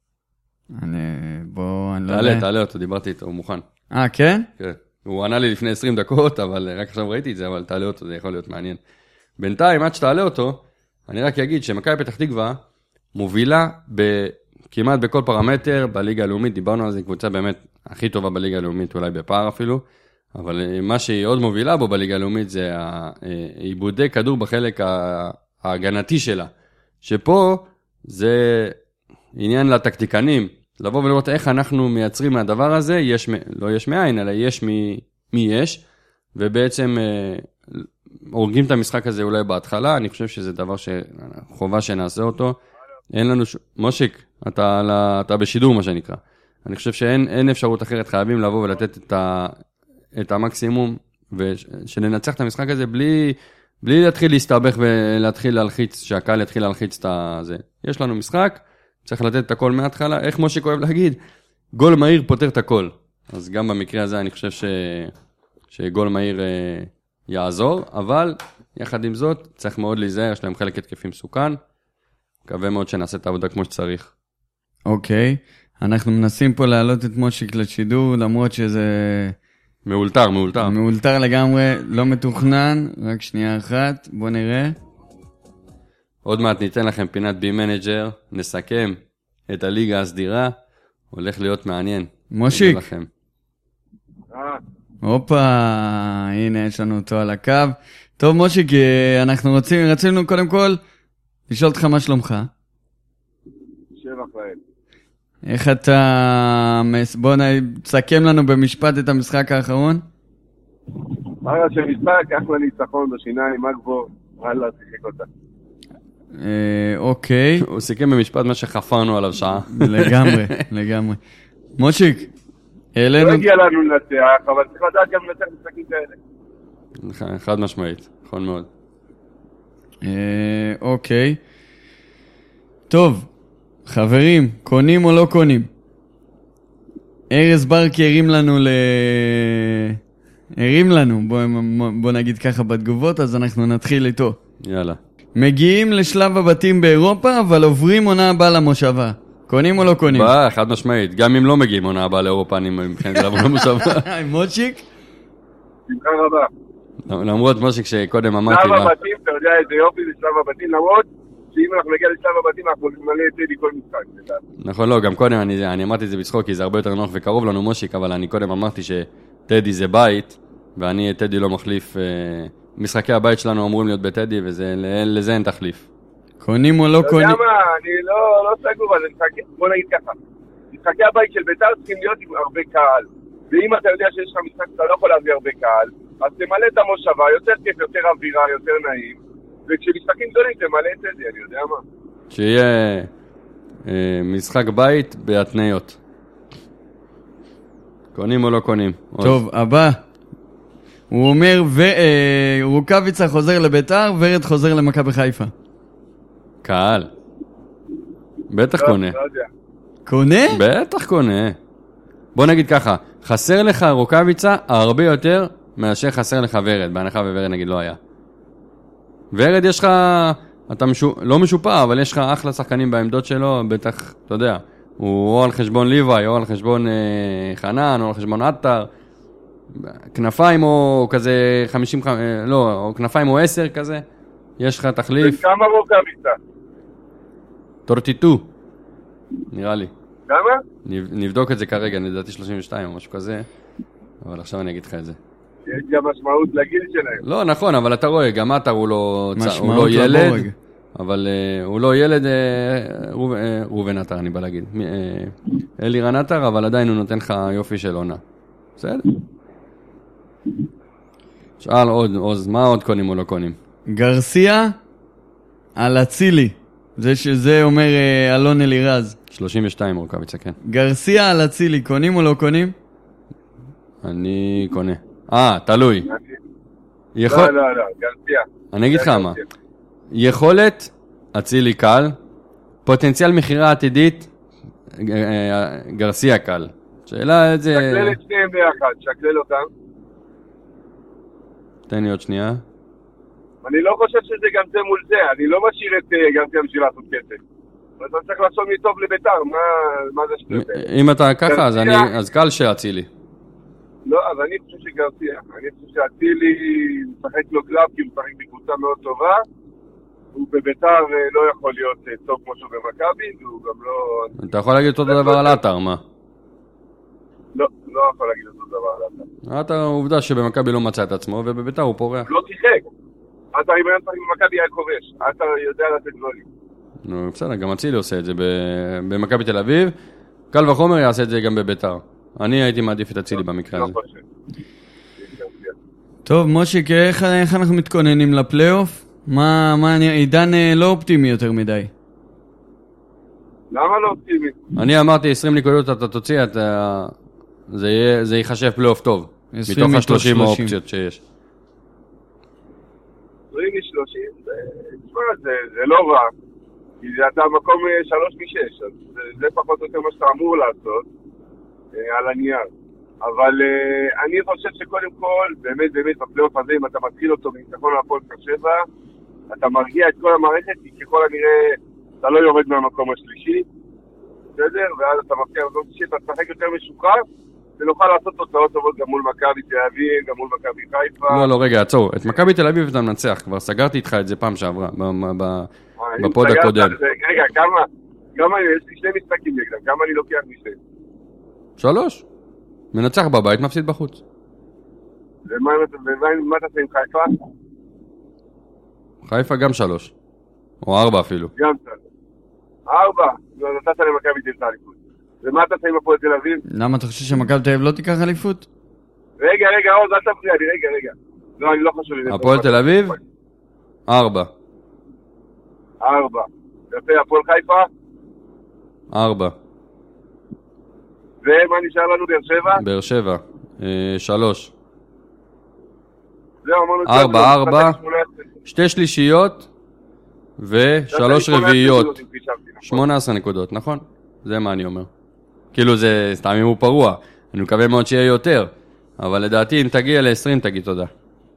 Speaker 2: אני לא יודע.
Speaker 3: תעלה אותו, דיברתי איתו, הוא מוכן.
Speaker 2: כן?
Speaker 3: כן. הוא ענה לי לפני 20 דקות, אבל רק עכשיו ראיתי את זה, אבל תעלה אותו, זה יכול להיות מעניין. בינתיים, עד שתעלה אותו, אני רק אגיד שמכבי פתח תקווה מובילה כמעט בכל פרמטר בליגה הלאומית, דיברנו על זה, קבוצה באמת הכי טובה בליגה הלאומית, אולי בפער אפילו, אבל מה שהיא עוד מובילה בו בליגה הלאומית זה עיבודי כדור בחלק ההגנתי שלה, שפה זה עניין לטקטיקנים, לבוא ולראות איך אנחנו מייצרים מהדבר הזה, לא יש מאין, אלא יש מי יש, ובעצם הורגים את המשחק הזה אולי בהתחלה, אני חושב שזה דבר שחובה שנעשה אותו, אין לנו מושיק, אתה בשידור מה שנקרא, אני חושב שאין אפשרות אחרת, חייבים לבוא ולתת את המקסימום, ושננצח את המשחק הזה בלי להתחיל להסתבך ולהתחיל להלחיץ, שהקהל יתחיל להלחיץ את זה. יש לנו משחק, צריך לתת את הכל מההתחלה, איך מושיק אוהב להגיד, גול מהיר פותר את הכל. אז גם במקרה הזה אני חושב שגול מהיר יעזור, אבל יחד עם זאת צריך מאוד להיזהר, יש להם חלק התקפי מסוכן, מקווה מאוד שנעשה את העבודה כמו שצריך.
Speaker 2: אוקיי, אנחנו מנסים פה להעלות את מושיק לשידור, למרות שזה
Speaker 3: מאולתר.
Speaker 2: מאולתר לגמרי, לא מתוכנן, רק שנייה אחת, בוא נראה.
Speaker 3: עוד מעט ניתן לכם פינת בי מנג'ר, נסכם את הליגה הסדירה, הולך להיות מעניין.
Speaker 2: מושיק. הופה, הנה יש לנו אותו על הקו. טוב מושיק, אנחנו רצינו קודם כל לשאול אותך מה שלומך.
Speaker 4: שבח להם.
Speaker 2: איך אתה, בוא תסכם לנו במשפט את המשחק האחרון.
Speaker 4: מרה שמשחק, אחלה ניצחון בשיניים, אגבו, הלאה, שיחק אותה.
Speaker 2: אוקיי.
Speaker 3: הוא סיכם במשפט מה שחפרנו עליו שעה.
Speaker 2: לגמרי. מושיק,
Speaker 4: לא הגיע לנו לנצח, אבל צריך לדעת גם לנצח משחקים כאלה.
Speaker 3: חד משמעית, נכון מאוד.
Speaker 2: אוקיי. טוב, חברים, קונים או לא קונים? ארז ברקי הרים לנו, בוא נגיד ככה בתגובות, אז אנחנו נתחיל איתו.
Speaker 3: יאללה.
Speaker 2: מגיעים לשלב הבתים באירופה, אבל עוברים עונה הבאה למושבה. קונים או לא קונים?
Speaker 3: חד משמעית. גם אם לא מגיעים עונה הבאה לאירופה, אני מבחינתי לעבור למושבה.
Speaker 2: מושיק?
Speaker 4: שמחה רבה.
Speaker 3: למרות מושיק שקודם אמרתי...
Speaker 4: שלב הבתים, אתה יודע איזה יופי זה שלב הבתים, למרות שאם אנחנו נגיע לשלב הבתים, אנחנו נמלא את טדי כל משחק.
Speaker 3: נכון, לא, גם קודם אני אמרתי את זה בצחוק, כי זה הרבה יותר נוח וקרוב לנו מושיק, אבל אני קודם אמרתי שטדי זה בית, ואני את טדי לא מחליף. משחקי הבית שלנו אמורים להיות בטדי, ולזה אין תחליף.
Speaker 2: קונים או לא קונים?
Speaker 4: אתה יודע מה, אני לא סגור על זה. בוא נגיד ככה. משחקי הבית של בית"ר צריכים להיות עם הרבה קהל. ואם אתה יודע שיש לך משחק, אתה לא יכול להביא הרבה קהל, אז תמלא את המושבה, יותר כיף, יותר אווירה, יותר נעים. וכשמשחקים גדולים תמלא את זה, אני יודע מה.
Speaker 3: שיהיה משחק בית בהתניות. קונים או לא קונים?
Speaker 2: טוב, הבא. הוא אומר, רוקאביצה חוזר לביתר, ורד חוזר למכבי חיפה.
Speaker 3: קהל. בטח קונה.
Speaker 4: לא יודע.
Speaker 2: קונה?
Speaker 3: בטח קונה. בוא נגיד ככה, חסר לך רוקאביצה הרבה יותר מאשר חסר לך ורד, בהנחה וורד נגיד לא היה. ורד יש לך, אתה לא משופע, אבל יש לך אחלה שחקנים בעמדות שלו, בטח, אתה יודע, הוא או על חשבון ליוואי, או על חשבון חנן, או על חשבון עטר, כנפיים או כזה 50, לא, או כנפיים או 10 כזה, יש לך תחליף.
Speaker 4: כמה רוקאביצה?
Speaker 3: תורטיטו, נראה לי.
Speaker 4: כמה?
Speaker 3: נבדוק את זה כרגע, לדעתי 32 או משהו כזה, אבל עכשיו אני אגיד לך את זה.
Speaker 4: יש גם משמעות לגיל שלהם.
Speaker 3: לא, נכון, אבל אתה רואה, גם עטר הוא לא ילד, אבל הוא לא ילד, רובן עטר, אני בא להגיד. אלירן עטר, אבל עדיין הוא נותן לך יופי של עונה. בסדר? שאל עוד, עוז, מה עוד קונים או לא קונים?
Speaker 2: גרסיה על אצילי. זה אומר אלון אלירז.
Speaker 3: 32 רוקאביצה, כן.
Speaker 2: גרסיה על אצילי, קונים או לא קונים?
Speaker 3: אני קונה. תלוי.
Speaker 4: לא, גרסיה.
Speaker 3: אני אגיד לך מה. יכולת, אצילי קל. פוטנציאל מחירה עתידית, גרסיה קל. שאלה איזה...
Speaker 4: שקלל את שניהם ביחד, שקלל אותם.
Speaker 3: תן לי עוד שנייה.
Speaker 4: אני לא חושב שזה גם זה מול זה, אני לא משאיר את גרסיה בשביל לעשות כסף. אתה צריך לעשות לי טוב לביתר, מה זה שפלט?
Speaker 3: אם אתה ככה, אז קל שאצילי.
Speaker 4: לא, אז אני חושב שגרסיה. אני חושב שאצילי משחק לו קלאב, כי הוא משחק בקבוצה מאוד טובה. הוא בביתר לא יכול להיות טוב כמו שהוא במכבי, והוא גם לא...
Speaker 3: אתה יכול להגיד אותו דבר על עטר, מה?
Speaker 4: לא יכול להגיד אותו דבר על עטר.
Speaker 3: עטר העובדה שבמכבי לא מצא את עצמו, ובביתר הוא פורח.
Speaker 4: לא שיחק. עטר אם היה משחק במכבי היה כובש. עטר יודע לתת גולים.
Speaker 3: נו, בסדר, גם אצילי עושה את זה במכבי תל אביב. קל וחומר יעשה את זה גם בביתר. אני הייתי מעדיף את אצילי במקרה הזה.
Speaker 2: טוב, מושיק, איך אנחנו מתכוננים לפלייאוף? עידן לא אופטימי יותר מדי.
Speaker 4: למה לא אופטימי?
Speaker 3: אני אמרתי 20 נקודות אתה תוציא, זה ייחשב פלייאוף טוב. מתוך ה-30 האופציות שיש.
Speaker 4: 20 מ-30, זה לא רע. כי אתה מקום 3 מ-6, אז זה פחות או יותר מה שאתה אמור לעשות על הנייר. אבל אני חושב שקודם כל, באמת בפלייאוף הזה, אם אתה מתחיל אותו מניצחון להפועל באר שבע, אתה מרגיע את כל המערכת, כי ככל הנראה אתה לא יורד מהמקום השלישי, בסדר? ואז אתה מפתיע במקום השלישי, אתה תשחק יותר משוחרר, ונוכל לעשות תוצאות טובות גם מול מכבי תל אביב, גם מול מכבי חיפה.
Speaker 3: לא, רגע, עצור. את מכבי תל אביב אתה מנצח, כבר סגרתי איתך את זה פעם שעברה, בפוד הקודם.
Speaker 4: רגע, כמה, יש לי 2 משחקים נגדם, כמה אני לוקח משניהם?
Speaker 3: 3. מנצח בבית, מפסיד בחוץ.
Speaker 4: ומה אתה עושה עם חיפה?
Speaker 3: חיפה גם 3. או 4 אפילו.
Speaker 4: גם 3. 4. נתת למכבי תל אביב. ומה אתה עושה עם הפועל תל אביב?
Speaker 2: למה אתה חושב שמכבי תל אביב לא תיקח אליפות?
Speaker 4: רגע, עוז, אל תפריע לי, רגע. לא, אני לא חושב לי.
Speaker 3: הפועל תל אביב? 4.
Speaker 4: 4. יפה, הפועל חיפה?
Speaker 3: 4.
Speaker 4: ומה נשאר לנו, באר שבע?
Speaker 3: באר שבע. 3.
Speaker 4: זהו, אמרנו...
Speaker 3: 4. 2 שלישיות ו3 רביעיות. 18 נקודות, נכון? זה מה אני אומר. כאילו זה סתם אם הוא פרוע. אני מקווה מאוד שיהיה יותר. אבל לדעתי אם תגיע ל-20 תגיד תודה.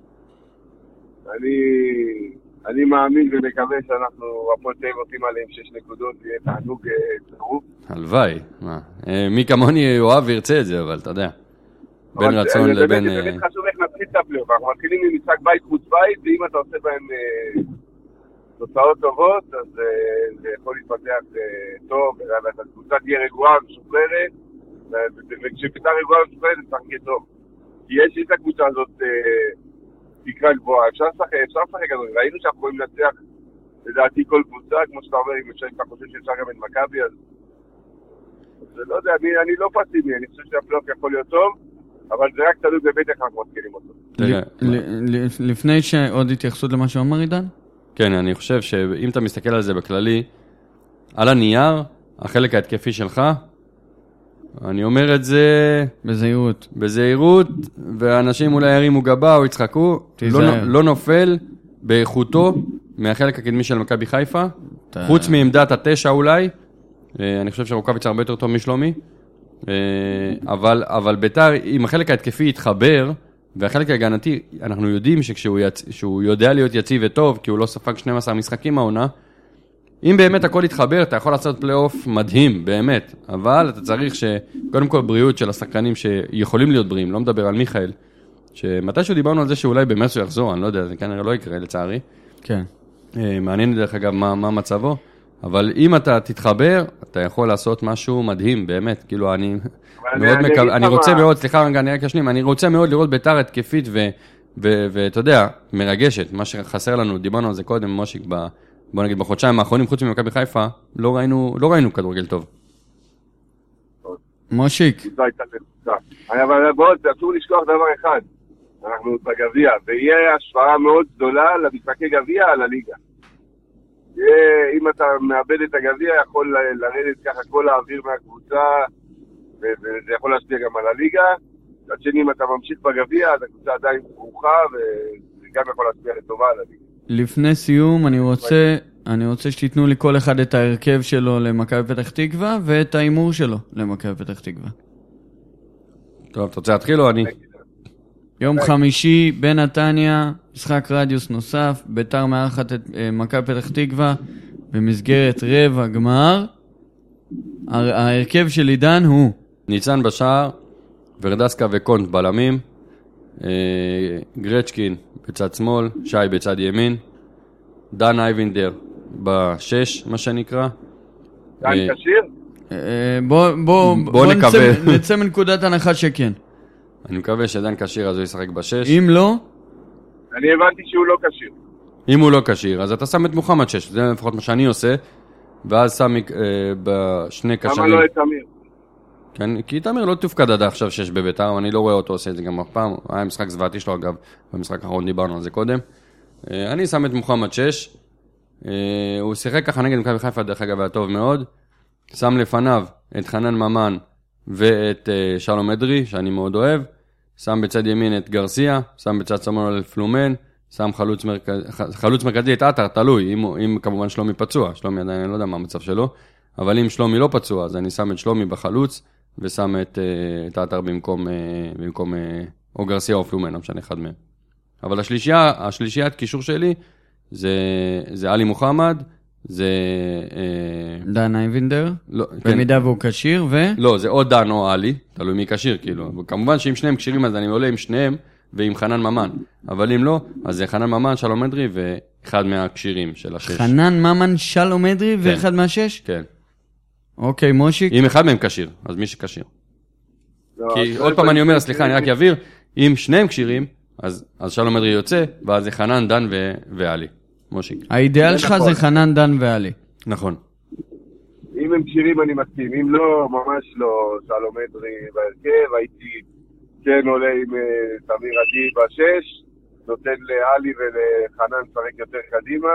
Speaker 4: אני מאמין ומקווה שאנחנו הפועל תל אביב עושים עליהם 6 נקודות, יהיה תענוג צירוף.
Speaker 3: הלוואי. מי כמוני אוהב וירצה את זה, אבל אתה יודע. בין רצון לבין...
Speaker 4: זה באמת חשוב איך נתחיל את הפלייאוף. אנחנו מתחילים עם משחק בית חוץ בית, ואם אתה עושה בהם תוצאות טובות, אז זה יכול להתפתח טוב, הקבוצה תהיה רגועה ומשוחררת, וכשביתר רגועה ומשוחררת זה צריך יהיה טוב. כי יש את הקבוצה הזאת תקרה גבוהה, אפשר לשחק, ראינו שאנחנו יכולים לנצח לדעתי כל קבוצה, כמו שאתה אומר, אם אתה חושב שאפשר גם את מכבי, אז לא יודע, אני לא פסימי, אני חושב שהפלייאוף יכול להיות טוב, אבל זה רק תלוי באמת איך אנחנו מתקינים אותו.
Speaker 2: לפני שעוד התייחסות למה שאומר עידן?
Speaker 3: כן, אני חושב שאם אתה מסתכל על זה בכללי, על הנייר, החלק ההתקפי שלך, אני אומר את זה בזהירות, ואנשים אולי ירימו גבה או יצחקו, לא נופל באיכותו מהחלק הקדמי של מכבי חיפה, חוץ מעמדת התשע אולי, אני חושב שרוקביץ הרבה יותר טוב משלומי, אבל ביתר, אם החלק ההתקפי יתחבר, והחלק ההגנתי, אנחנו יודעים שכשהוא יודע להיות יציב וטוב, כי הוא לא ספג 12 משחקים מהעונה, אם באמת הכל יתחבר, אתה יכול לעשות פלייאוף מדהים, באמת, אבל אתה צריך שקודם כל בריאות של השחקנים שיכולים להיות בריאים, לא מדבר על מיכאל, שמתישהו דיברנו על זה שאולי באמת הוא יחזור, אני לא יודע, זה כנראה לא יקרה לצערי. כן. מעניין דרך אגב מה מצבו, אבל אם אתה תתחבר, אתה יכול לעשות משהו מדהים, באמת, כאילו אני רוצה מאוד, סליחה רגע, אני רק אשלים, אני רוצה מאוד לראות ביתר התקפית ואתה יודע, מרגשת, מה שחסר לנו, דיברנו על זה קודם, מושיק, בוא נגיד בחודשיים האחרונים, חוץ ממכבי חיפה, לא ראינו כדורגל טוב.
Speaker 2: מושיק.
Speaker 4: אבל בואו, אסור לשכוח דבר אחד, אנחנו בגביע, ויהיה השפעה מאוד גדולה למשחקי גביע על הליגה. אם אתה מאבד את הגביע, יכול לרדת ככה כל האוויר מהקבוצה, וזה יכול להשפיע גם על הליגה. עד שני, אם אתה ממשיך בגביע, אז הקבוצה עדיין ברוכה, וזה גם יכול להשפיע לטובה על הליגה.
Speaker 2: לפני סיום, אני רוצה שתיתנו לי כל אחד את ההרכב שלו למכבי פתח תקווה, ואת האימור שלו למכבי פתח תקווה.
Speaker 3: טוב, אתה רוצה להתחיל או אני?
Speaker 2: יום חמישי בנתניה, משחק רדיוס נוסף, ביתר מארחת את מכבי פתח תקווה במסגרת רבע גמר. ההרכב של עידן הוא
Speaker 3: ניצן בשער, ורדסקה וקונט בלמים, גרצ'קין בצד שמאל, שי בצד ימין, דן אייבינדר בשש, מה שנקרא.
Speaker 4: דן קשיר?
Speaker 2: בוא נצא מנקודת הנחה שכן.
Speaker 3: אני מקווה שדן קשיר אז הוא ישחק בשש.
Speaker 2: אם לא?
Speaker 4: אני הבנתי שהוא לא קשיר.
Speaker 3: אם הוא לא קשיר, אז אתה שם את מוחמד שש, זה לפחות מה שאני עושה, ואז שם בשני קשרים.
Speaker 4: למה לא את אמיר?
Speaker 3: כן, כי תמיר לא תופקד עד עכשיו שש בביתר, אני לא רואה אותו עושה את זה גם אף פעם, היה משחק זוועתי שלו אגב, במשחק האחרון דיברנו על זה קודם. אני שם את מוחמד שש, הוא שיחק ככה נגד מכבי חיפה דרך אגב היה טוב מאוד, שם לפניו את חנן ממן ואת שלום אדרי, שאני מאוד אוהב, שם בצד ימין את גרסיה, שם בצד שמאל את פלומן, שם חלוץ מרכזי את עטר, תלוי, אם כמובן שלומי פצוע, שלומי עדיין אני לא יודע מה המצב שלו, אבל אם שלומי לא פצוע, אז אני שם את שלומי בחלוץ, ושם את עטר במקום או גרסיה או פלומן, לא משנה אחד מהם. אבל השלישיית קישור שלי, זה אלי מוחמד, זה
Speaker 2: דן אייבינדר,
Speaker 3: לא,
Speaker 2: במידה והוא קשיר,
Speaker 3: לא, זה או דן או אלי, תלוי מי קשיר, כאילו. וכמובן שאם שניהם קשירים, אז אני עולה עם שניהם, ועם חנן ממן. אבל אם לא, אז זה חנן ממן, שלום אדרי, ואחד מהקשירים של השש.
Speaker 2: חנן ממן, שלום אדרי,
Speaker 3: כן.
Speaker 2: ואחד מהשש?
Speaker 3: כן.
Speaker 2: אוקיי, מושיק.
Speaker 3: אם אחד מהם קשיר, אז מי שקשיר.
Speaker 4: לא,
Speaker 3: כי עוד פעם אני אומר, סליחה, אני רק אעביר, אם שניהם קשירים, אז שלום אדרי יוצא, ואז זה חנן, דן ואלי. מושיק.
Speaker 2: האידאל שלך זה חנן, דן ואלי.
Speaker 3: נכון.
Speaker 4: אם הם קשירים אני מסכים, אם לא, ממש לא, שלום אדרי בהרכב, הייתי כן עולה עם תמיר עדי בשש, נותן לאלי ולחנן שחק יותר קדימה,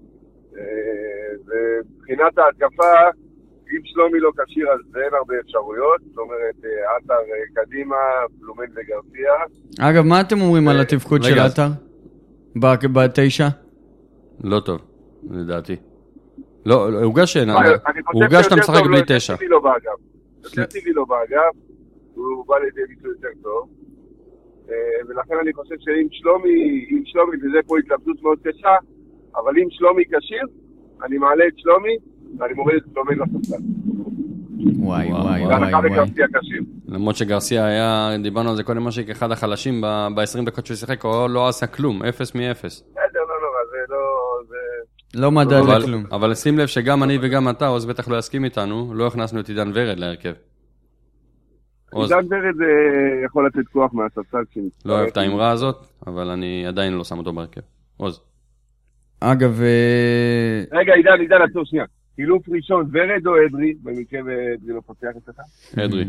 Speaker 4: ובחינת ההתקפה, אם שלומי לא קשיר אז אין הרבה אפשרויות, זאת אומרת, עטר קדימה, פלומן וגרסיה.
Speaker 2: אגב, מה אתם אומרים על התפקוד של עטר? בתשע?
Speaker 3: לא טוב, לדעתי. לא, הורגש שאתה משחק בלי תשע.
Speaker 4: יותר טבעי לו באגב, הוא בא לידי ביטוי יותר טוב, ולכן אני חושב שאם שלומי, וזה פה התלבטות מאוד קשה, אבל אם שלומי קשיר, אני מעלה את שלומי, ואני מוריד את שלומי לספסל.
Speaker 2: וואי.
Speaker 3: למרות שגרסיה היה, דיברנו על זה קודם משהו, אחד החלשים ב-20 דקות שהוא שיחק, הוא לא עשה כלום, 0 מ-0.
Speaker 4: בסדר, לא, זה לא,
Speaker 2: לא מדד לכלום.
Speaker 3: אבל שים לב שגם אני וגם אתה, עוז בטח לא יסכים איתנו, לא הכנסנו את עידן ורד להרכב.
Speaker 4: עידן ורד יכול לתת כוח מהספסל.
Speaker 3: לא אוהב את האמרה הזאת, אבל אני עדיין לא שם אותו בהרכב. עוז.
Speaker 2: אגב...
Speaker 4: רגע, עידן, עצור שנייה. חילוף ראשון, ורד או אדרי? במקרה וזה לא פותח אצלך?
Speaker 3: אדרי.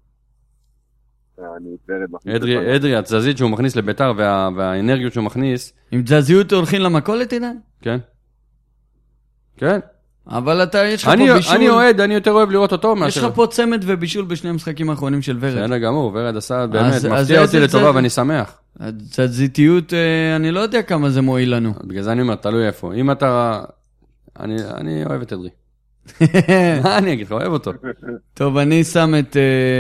Speaker 4: אני ורד מכניס.
Speaker 3: אדרי, התזזית שהוא מכניס לביתר והאנרגיות שהוא מכניס.
Speaker 2: עם תזזיות הולכים למכולת, עידן?
Speaker 3: כן. כן.
Speaker 2: אבל אתה, יש לך פה בישול.
Speaker 3: אני אוהד, אני יותר אוהב לראות אותו מאשר...
Speaker 2: יש לך פה צמד ובישול בשני המשחקים האחרונים של ורד.
Speaker 3: בסדר גמור, ורד עשה באמת, מפתיע אותי לטובה ואני שמח.
Speaker 2: התזזיתיות, אני לא יודע כמה זה מועיל לנו.
Speaker 3: בגלל זה אני אומר, תלוי איפה. אם אתה... אני אוהב את אדרי. מה אני אגיד לך, אוהב אותו.
Speaker 2: טוב, אני שם את...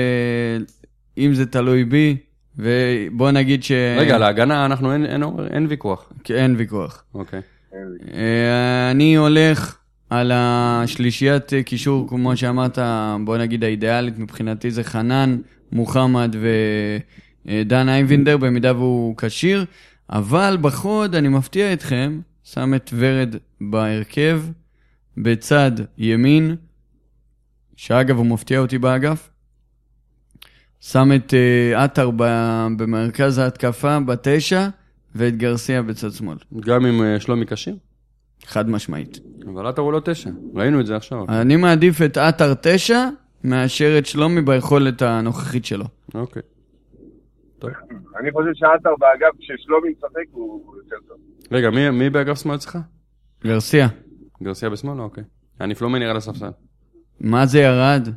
Speaker 2: אם זה תלוי בי, ובוא נגיד ש...
Speaker 3: רגע, להגנה אנחנו אין ויכוח.
Speaker 2: אין ויכוח.
Speaker 3: אוקיי.
Speaker 2: אני הולך על השלישיית קישור, כמו שאמרת, בוא נגיד האידיאלית מבחינתי זה חנן, מוחמד ודן אייבינדר, במידה והוא קשיר, אבל בחוד אני מפתיע אתכם, שם את ורד בהרכב, בצד ימין, שאגב הוא מפתיע אותי באגף, שם את אתר במרכז ההתקפה בתשע, ואת גרסיה בצד שמאל.
Speaker 3: גם עם שלומי קשיר?
Speaker 2: חד משמעית.
Speaker 3: אבל אתר הוא לא 9, ראינו את זה עכשיו.
Speaker 2: אני מעדיף את אתר 9, מאשר את שלומי ביכולת הנוכחית שלו.
Speaker 3: אוקיי. טוב.
Speaker 4: אני חושב שהאתר באגף ששלומי משחק הוא יותר טוב.
Speaker 3: רגע, מי באגף שמאל אצלך?
Speaker 2: גרסיה.
Speaker 3: גרסיה בשמאל? אוקיי. אני פלומן ירד לספסל.
Speaker 2: מה זה ירד?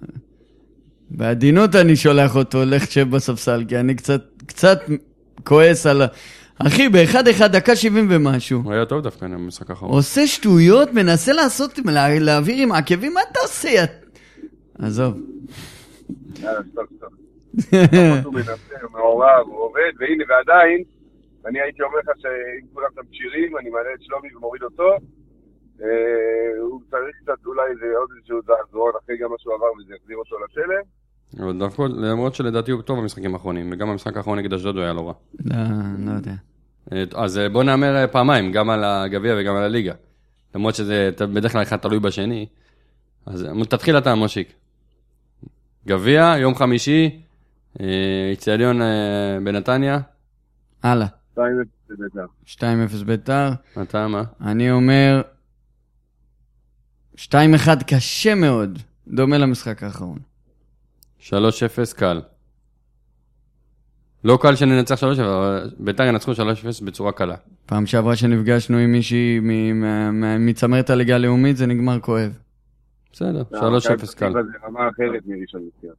Speaker 2: בעדינות אני שולח אותו, לך תשב בספסל, כי אני קצת כועס על... אחי, ב-1-1 דקה 70 ומשהו.
Speaker 3: הוא היה טוב דווקא, אני במשחק האחרון.
Speaker 2: עושה שטויות, מנסה לעשות, להעביר עם עקבים, מה אתה עושה? עזוב.
Speaker 4: יאללה, סטop. הוא מנסה, הוא מעורב, הוא עובד, והנה, ועדיין, אני הייתי אומר לך שאם כולם אתם כשירים, אני מעלה את שלומי ומוריד אותו, הוא צריך קצת אולי עוד איזשהו דעזרון, אחרי גם מה שהוא עבר וזה יחזיר אותו לתלם.
Speaker 3: אבל דווקא, למרות שלדעתי הוא טוב במשחקים האחרונים, וגם במשחק האחרון נגד אשדוד הוא היה לא רע.
Speaker 2: לא יודע.
Speaker 3: אז בוא נאמר פעמיים, גם על הגביע וגם על הליגה. למרות שזה בדרך כלל אחד תלוי בשני. אז תתחיל אתה, מושיק. גביע, יום חמישי, אצטדיון בנתניה.
Speaker 2: הלאה.
Speaker 4: 2-0 בית"ר.
Speaker 2: 2-0 בית"ר.
Speaker 3: אתה מה?
Speaker 2: אני אומר 2-1 קשה מאוד, דומה למשחק האחרון.
Speaker 3: 3-0 קל. לא קל שננצח 3-0, אבל בית"ר ינצחו 3-0 בצורה קלה.
Speaker 2: פעם שעברה שנפגשנו עם מישהי מצמרת הליגה הלאומית, זה נגמר כואב.
Speaker 3: בסדר, 3-0 קל.
Speaker 4: זה רמה אחרת מראשון לציון.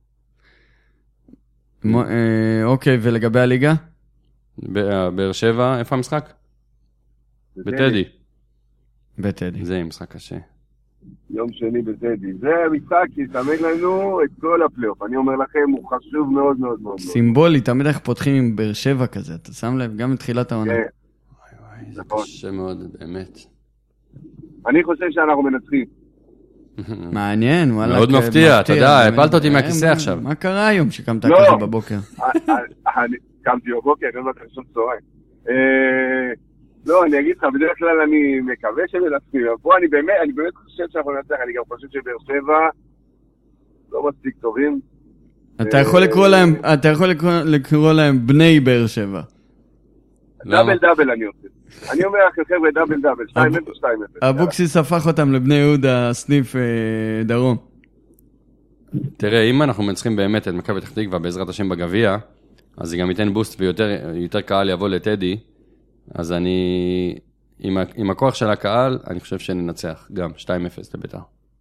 Speaker 2: אוקיי, ולגבי הליגה?
Speaker 3: באר שבע, איפה המשחק? בטדי.
Speaker 2: בטדי.
Speaker 3: זה משחק קשה.
Speaker 4: יום שני בטדי. זה המשחק שיסמן לנו את כל הפלייאוף. אני אומר לכם, הוא חשוב מאוד מאוד מאוד.
Speaker 2: סימבולי, תמיד איך פותחים עם באר שבע כזה, אתה שם לב, גם מתחילת העונה.
Speaker 3: וואי, זה קשה מאוד, באמת.
Speaker 4: אני חושב שאנחנו מנצחים.
Speaker 2: מעניין, וואלה.
Speaker 3: מאוד מפתיע, אתה יודע, הפלת אותי מהכיסא עכשיו.
Speaker 2: מה קרה היום שקמת ככה בבוקר?
Speaker 4: אני קמתי בבוקר, אני לא יודעת לשום צהריים. לא, אני אגיד לך, בדרך כלל אני מקווה שמנצחים, אבל פה אני באמת חושב שאנחנו ננצח, אני גם חושב שבאר שבע לא מספיק טובים.
Speaker 2: אתה יכול לקרוא להם בני באר שבע.
Speaker 4: דאבל אני עושה. אני אומר לכם חבר'ה דאבל, 2-0 2-0.
Speaker 2: אבוקסיס הפך אותם לבני יהודה סניף דרום.
Speaker 3: תראה, אם אנחנו מנצחים באמת את מכבי פתח תקווה בעזרת השם בגביע, אז זה גם ייתן בוסט ויותר קהל יבוא לטדי, אז עם הכוח של הקהל, אני חושב שננצח גם 2-0 לבית"ר.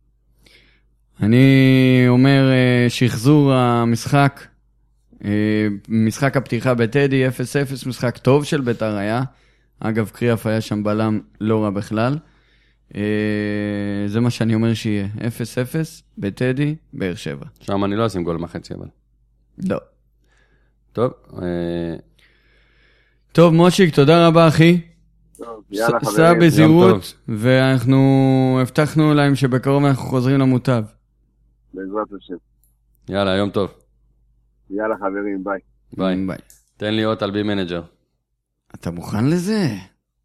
Speaker 2: אני אומר שחזור המשחק, משחק הפתיחה בטדי, 0-0, משחק טוב של בית"ר היה. אגב, קריאף היה שם בלם לא רע בכלל. זה מה שאני אומר שיהיה, 0-0 בטדי, באר שבע.
Speaker 3: שם אני לא אשים גול מחצי, אבל.
Speaker 2: לא.
Speaker 3: טוב.
Speaker 2: טוב, מושיק, תודה רבה, אחי.
Speaker 4: יאללה חברים.
Speaker 2: סע בזהירות, ואנחנו הבטחנו להם שבקרוב אנחנו חוזרים למוטב.
Speaker 4: בעזרת השם.
Speaker 3: יאללה, יום טוב.
Speaker 4: יאללה חברים, ביי.
Speaker 3: ביי. תן לי עוד על בי מנג'ר.
Speaker 2: אתה מוכן לזה?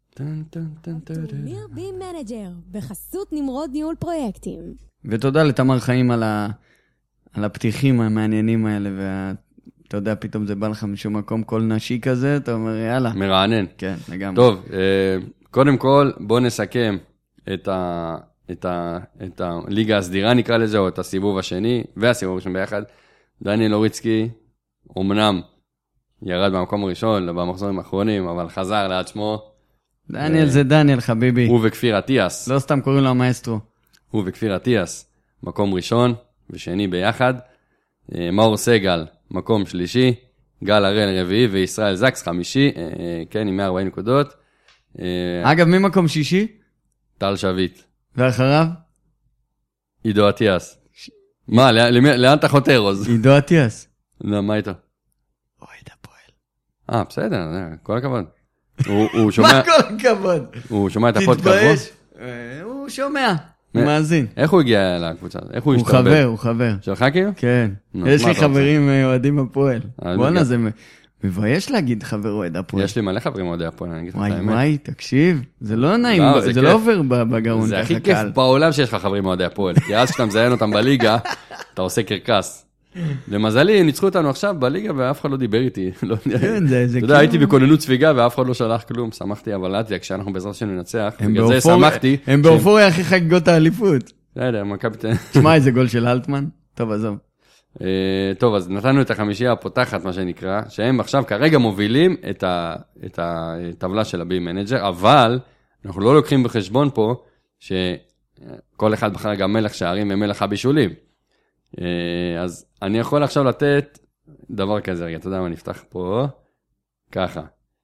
Speaker 1: טורניר בי מנג'ר, בחסות נמרוד ניהול פרויקטים.
Speaker 2: ותודה לתמר חיים על הפתיחים המעניינים האלה, ואתה יודע, פתאום זה בא לך משום מקום, כל נשי כזה, אתה אומר, יאללה.
Speaker 3: מרענן.
Speaker 2: כן, לגמרי.
Speaker 3: טוב, קודם כל, בוא נסכם את הליגה הסדירה, נקרא לזה, או את הסיבוב השני, והסיבוב הראשון ביחד. דניאל אוריצקי, אומנם ירד במקום הראשון, במחזורים האחרונים, אבל חזר לעד שמו.
Speaker 2: דניאל זה דניאל, חביבי.
Speaker 3: הוא וכפיר אטיאס.
Speaker 2: לא סתם קוראים לו המאסטרו.
Speaker 3: הוא וכפיר אטיאס, מקום ראשון ושני ביחד. מאור סגל, מקום שלישי. גל הראל רביעי וישראל זקס חמישי. כן, עם 140 נקודות.
Speaker 2: אגב, מי מקום שישי?
Speaker 3: טל שביט.
Speaker 2: ואחריו?
Speaker 3: עידו אטיאס. מה, לאן אתה חותר, עוז?
Speaker 2: עידו אטיאס.
Speaker 3: לא, מה איתו?
Speaker 2: אוהד הפועל.
Speaker 3: בסדר, כל הכבוד. הוא שומע...
Speaker 2: מה כל הכבוד?
Speaker 3: הוא שומע את הפודקאסט בו?
Speaker 2: תתבייש. הוא שומע, הוא מאזין.
Speaker 3: איך הוא הגיע לקבוצה? איך הוא
Speaker 2: הוא
Speaker 3: השתרבב?
Speaker 2: חבר, הוא חבר.
Speaker 3: שלך כאילו?
Speaker 2: כן.
Speaker 3: נו,
Speaker 2: יש
Speaker 3: מה
Speaker 2: לי
Speaker 3: אתה רוצה?
Speaker 2: חברים אוהדים הפועל. בואנה,
Speaker 3: גם.
Speaker 2: זה מבייש להגיד חבר אוהד הפועל.
Speaker 3: יש לי מלא חברים אוהדי הפועל, אני אגיד לך את
Speaker 2: וואי
Speaker 3: האמת.
Speaker 2: וואי, תקשיב, זה לא נעים,
Speaker 3: לא, זה
Speaker 2: זה
Speaker 3: כיף.
Speaker 2: לא עובר בגרון
Speaker 3: זה
Speaker 2: ככה
Speaker 3: הכי כיף
Speaker 2: קל.
Speaker 3: בעולם שיש לך חברים אוהדי הפועל. כי אז כשאתה מזיין אותם בליגה, אתה עושה קרקס. למזלי, ניצחו אותנו עכשיו בליגה ואף אחד לא דיבר איתי. לא יודע.
Speaker 2: כן, זה
Speaker 3: אתה יודע,
Speaker 2: כאילו-
Speaker 3: הייתי בכוננות ספיגה ואף אחד לא שלח כלום. שמחתי, אבל לאט, כשאנחנו בעזרת השם ננצח.
Speaker 2: הם
Speaker 3: בגלל זה
Speaker 2: באופוריה-
Speaker 3: שמחתי.
Speaker 2: הם באופוריה הכי חגיגות האליפות.
Speaker 3: בסדר, מכבי תל...
Speaker 2: תשמע, איזה גול של אלטמן. טוב, עזוב.
Speaker 3: טוב, אז נתנו את החמישייה הפותחת, מה שנקרא, שהם עכשיו כרגע מובילים את הטבלה של הבי מנג'ר, אבל אנחנו לא לוקחים בחשבון פה שכל אחד בחר גם מלך שערים ומלך הבישולים. אז אני יכול עכשיו לתת דבר כזה, רגע, אתה יודע מה נפתח פה? ככה.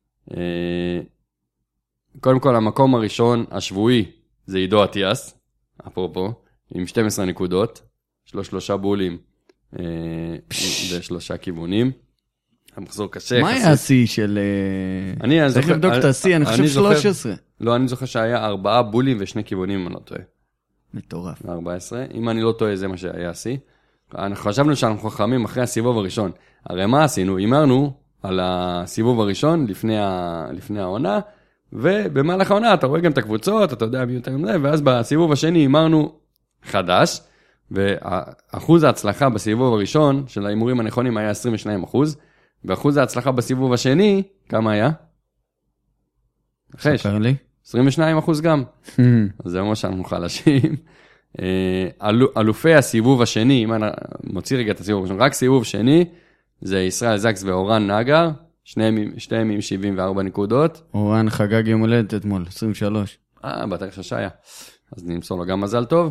Speaker 3: קודם כל, המקום הראשון, השבועי, זה עידו אטיאס, אפרופו, עם 12 נקודות, 3 בולים. ושלושה כיוונים. המחזור קשה.
Speaker 2: מה היה השיא של... צריך לבדוק את השיא, אני חושב 13.
Speaker 3: לא, אני זוכר שהיה 4 בולים ו2 כיוונים, אם אני לא טועה.
Speaker 2: מטורף.
Speaker 3: 14. אם אני לא טועה, זה מה שהיה השיא. אנחנו חשבנו שאנחנו חכמים אחרי הסיבוב הראשון. הרי מה עשינו? אמרנו על הסיבוב הראשון לפני העונה, ובמהלך העונה אתה רואה גם את הקבוצות, אתה יודע מי יותר מזה, ואז בסיבוב השני אמרנו חדש, ואחוז ההצלחה בסיבוב הראשון של האימורים הנכונים היה 22%, ואחוז ההצלחה בסיבוב השני, כמה היה?
Speaker 2: ספר לי.
Speaker 3: 22% גם. אז זה אומר שאנחנו חלשים. אלופי הסיבוב השני, אם אני מוציא רגע את הסיבוב הראשון, רק סיבוב שני, זה ישראל זקס ואורן נגר, שניהם עם 74 נקודות.
Speaker 2: אורן חגג יום הולדת אתמול, 23.
Speaker 3: בתאריך ששיה. אז נמסור לו גם מזל טוב.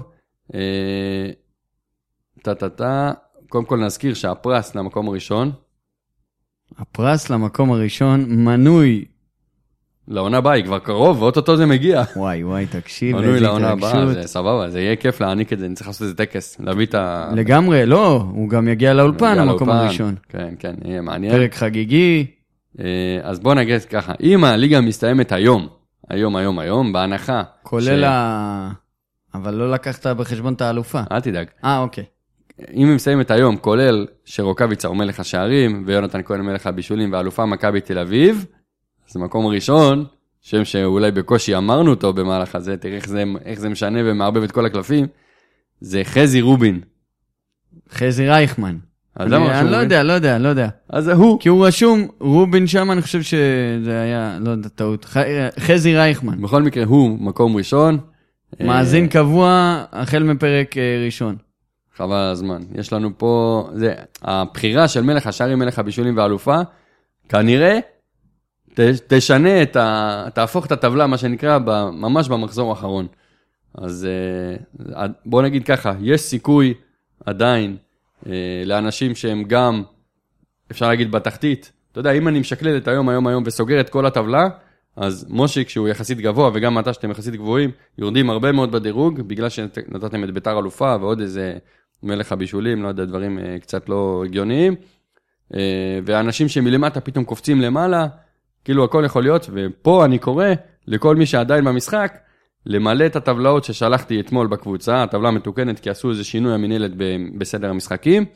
Speaker 3: קודם כל נזכיר שהפרס למקום הראשון.
Speaker 2: הפרס למקום הראשון מנוי.
Speaker 3: לעונה הבאה, היא כבר קרוב, ואוטוטו זה מגיע.
Speaker 2: וואי, תקשיב.
Speaker 3: מנוי לעונה הבאה, זה סבבה, זה יהיה כיף להעניק את זה, אני צריך לעשות איזה טקס, להביא את ה...
Speaker 2: לגמרי, לא, הוא גם יגיע לאולפן המקום הראשון.
Speaker 3: כן, יהיה מעניין.
Speaker 2: פרק חגיגי.
Speaker 3: אז בוא נגיד ככה, אם הליגה מסתיימת היום, בהנחה.
Speaker 2: כולל אבל לא לקחת בחשבון את האלופה.
Speaker 3: אל תדאג.
Speaker 2: אוקיי.
Speaker 3: אם היא מסיימת היום, כולל שרוקביצה הוא מלך השערים, ויונתן כהן מלך הבישולים, והאלופה מכבי תל אביב, זה מקום ראשון, שם שאולי בקושי אמרנו אותו במהלך הזה, תראה איך זה משנה ומערבב את כל הקלפים, זה חזי רובין.
Speaker 2: חזי רייכמן.
Speaker 3: אז למה רשום
Speaker 2: רובין? לא יודע.
Speaker 3: אז זה הוא.
Speaker 2: כי הוא רשום רובין שם, אני חושב שזה היה, לא יודע, טעות. חזי רייכמן.
Speaker 3: בכל מקרה, הוא מקום ראשון.
Speaker 2: מאזין קבוע, החל מפרק ראשון.
Speaker 3: חבל הזמן. יש לנו פה, הבחירה של מלך השערים, מלך הבישולים והאלופה, כנראה תשנה תהפוך את הטבלה, מה שנקרא, ממש במחזור האחרון. אז בוא נגיד ככה, יש סיכוי עדיין לאנשים שהם גם, אפשר להגיד בתחתית, אתה יודע, אם אני משקלל את היום וסוגר את כל הטבלה, אז מושיק שהוא יחסית גבוה, וגם אתה שאתם יחסית גבוהים, יורדים הרבה מאוד בדירוג, בגלל שנתתם את ביתר אלופה, ועוד איזה מלך הבישולים, לא יודע, דברים קצת לא הגיוניים, ואנשים שמלמטה פתאום קופצים למעלה, כאילו הכל יכול להיות, ופה אני קורא לכל מי שעדיין במשחק, למלא את הטבלאות ששלחתי אתמול בקבוצה, הטבלה מתוקנת כי עשו איזה שינוי המנהלת בסדר המשחקים,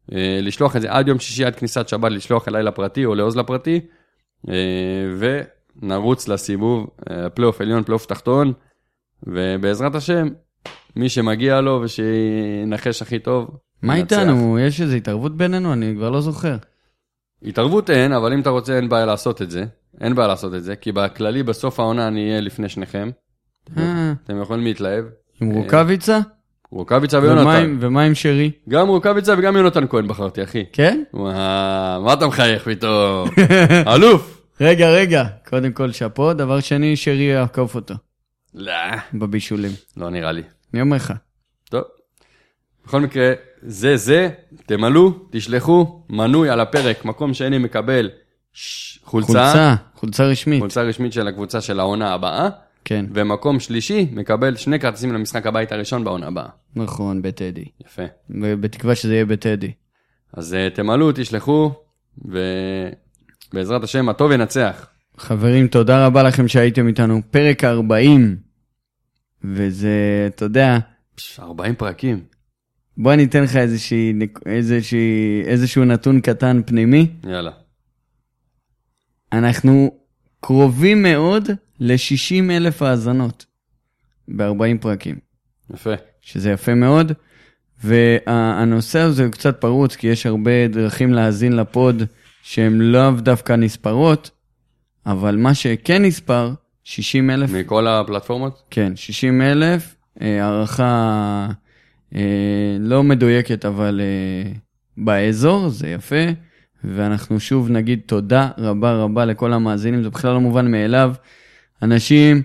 Speaker 3: לשלוח את זה עד יום שישי, עד כניסת שבת, לשלוח אליי לפרטי או לעוז לפרטי, נרוץ לסיבוב, פלייאוף עליון, פלייאוף תחתון, ובעזרת השם, מי שמגיע לו ושינחש הכי טוב,
Speaker 2: מה
Speaker 3: ינצח.
Speaker 2: איתנו? יש איזו התערבות בינינו? אני כבר לא זוכר.
Speaker 3: התערבות אין, אבל אם אתה רוצה, אין בעיה לעשות את זה. אין בעיה לעשות את זה, כי בכללי, בסוף העונה אני אהיה לפני שניכם. אתם יכולים להתלהב.
Speaker 2: עם רוקביצה?
Speaker 3: רוקביצה ויונתן.
Speaker 2: ומה עם שרי?
Speaker 3: גם רוקביצה וגם יונתן כהן בחרתי, אחי.
Speaker 2: כן?
Speaker 3: מה אתה מחייך פתאום? אלוף!
Speaker 2: רגע. קודם כל שפו, דבר שני, שרי יעקוף אותו.
Speaker 3: לא.
Speaker 2: בבישולים.
Speaker 3: לא נראה לי.
Speaker 2: אני אומר לך.
Speaker 3: טוב. בכל מקרה, זה, תמלאו, תשלחו, מנוי על הפרק, מקום שני מקבל
Speaker 2: חולצה רשמית.
Speaker 3: חולצה רשמית של הקבוצה של העונה הבאה,
Speaker 2: כן.
Speaker 3: ומקום שלישי מקבל 2 כרטיסים למשחק הבית הראשון בעונה הבאה.
Speaker 2: נכון, בטדי.
Speaker 3: יפה.
Speaker 2: ובתקווה שזה יהיה בטדי.
Speaker 3: אז תמלאו, תשלחו, ובעזרת השם הטוב ינצח.
Speaker 2: חברים, תודה רבה לכם שהייתם איתנו. פרק 40, וזה, אתה יודע,
Speaker 3: 40 פרקים.
Speaker 2: בוא אני אתן לך איזשהו נתון קטן פנימי.
Speaker 3: יאללה.
Speaker 2: אנחנו קרובים מאוד ל-60,000 האזנות ב-40 פרקים.
Speaker 3: יפה.
Speaker 2: שזה יפה מאוד, והנושא הזה הוא קצת פרוץ, כי יש הרבה דרכים להאזין לפוד שהן לא דווקא נספרות, אבל מה שכן נספר, 60,000.
Speaker 3: מכל הפלטפורמות?
Speaker 2: כן, 60,000, הערכה לא מדויקת, אבל באזור, זה יפה, ואנחנו שוב נגיד תודה רבה לכל המאזינים, זה בכלל לא מובן מאליו, אנשים,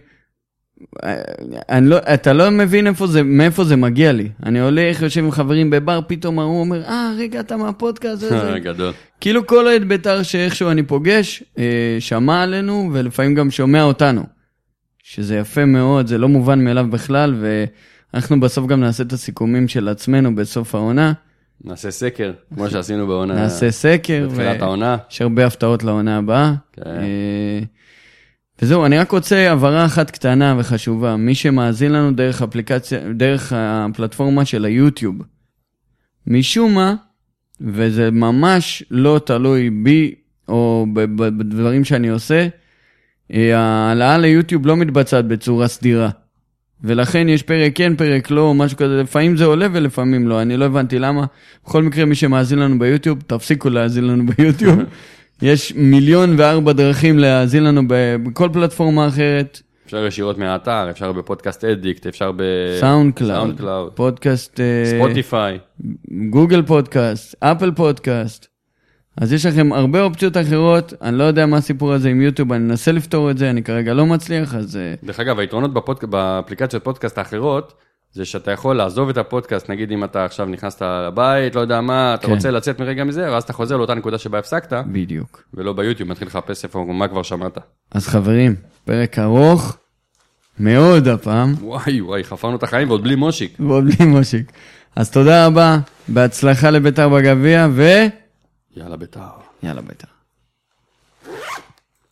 Speaker 2: אתה לא מבין מאיפה זה מגיע לי, אני הולך, יושב עם חברים בבר, פתאום הוא אומר, רגע, אתה מהפודקאסט הזה.
Speaker 3: גדול.
Speaker 2: כאילו כל אוהד בית"ר שאיכשהו אני פוגש, שמע עלינו, ולפעמים גם שומע אותנו, שזה יפה מאוד, זה לא מובן מאליו בכלל, ואנחנו בסוף גם נעשה את הסיכומים של עצמנו בסוף העונה.
Speaker 3: נעשה סקר, כמו שעשינו בעונה.
Speaker 2: נעשה סקר.
Speaker 3: בתחילת העונה.
Speaker 2: יש הרבה הפתעות לעונה הבאה.
Speaker 3: כן.
Speaker 2: וזהו, אני רק רוצה הבהרה אחת קטנה וחשובה. מי שמאזין לנו דרך הפלטפורמה של היוטיוב, משום מה, וזה ממש לא תלוי בי, או בדברים שאני עושה, העלאה ליוטיוב לא מתבצעת בצורה סדירה. ולכן יש פרק כן, פרק לא, משהו כזה, לפעמים זה עולה ולפעמים לא, אני לא הבנתי למה. בכל מקרה, מי שמאזין לנו ביוטיוב, תפסיקו להאזין לנו ביוטיוב. יש 1,000,004 דרכים להאזין לנו בכל פלטפורמה אחרת.
Speaker 3: אפשר ישירות מהאתר, אפשר בפודקאסט אדיקט, אפשר
Speaker 2: סאונד קלאוד, פודקאסט,
Speaker 3: ספוטיפיי,
Speaker 2: גוגל פודקאסט, אפל פודקאסט. אז יש לכם הרבה אופציות אחרות, אני לא יודע מה הסיפור הזה עם יוטיוב, אני אנסה לפתור את זה, אני כרגע לא מצליח, אז...
Speaker 3: דרך אגב, היתרונות באפליקציות פודקאסט האחרות, זה שאתה יכול לעזוב את הפודקאסט, נגיד אם אתה עכשיו נכנסת לבית, לא יודע מה, אתה רוצה לצאת מרגע מזה, ואז אתה חוזר לאותה נקודה שבה הפסקת.
Speaker 2: בדיוק.
Speaker 3: ולא ביוטיוב, מתחיל לחפש איפה, מה כבר שמעת.
Speaker 2: אז חברים, פרק ארוך, מאוד הפעם.
Speaker 3: וואי, חפרנו את החיים ועוד בלי מושיק.
Speaker 2: אז תודה רבה, בהצלחה לבית"ר בגביע,
Speaker 3: יאללה בית"ר.
Speaker 2: יאללה בית"ר.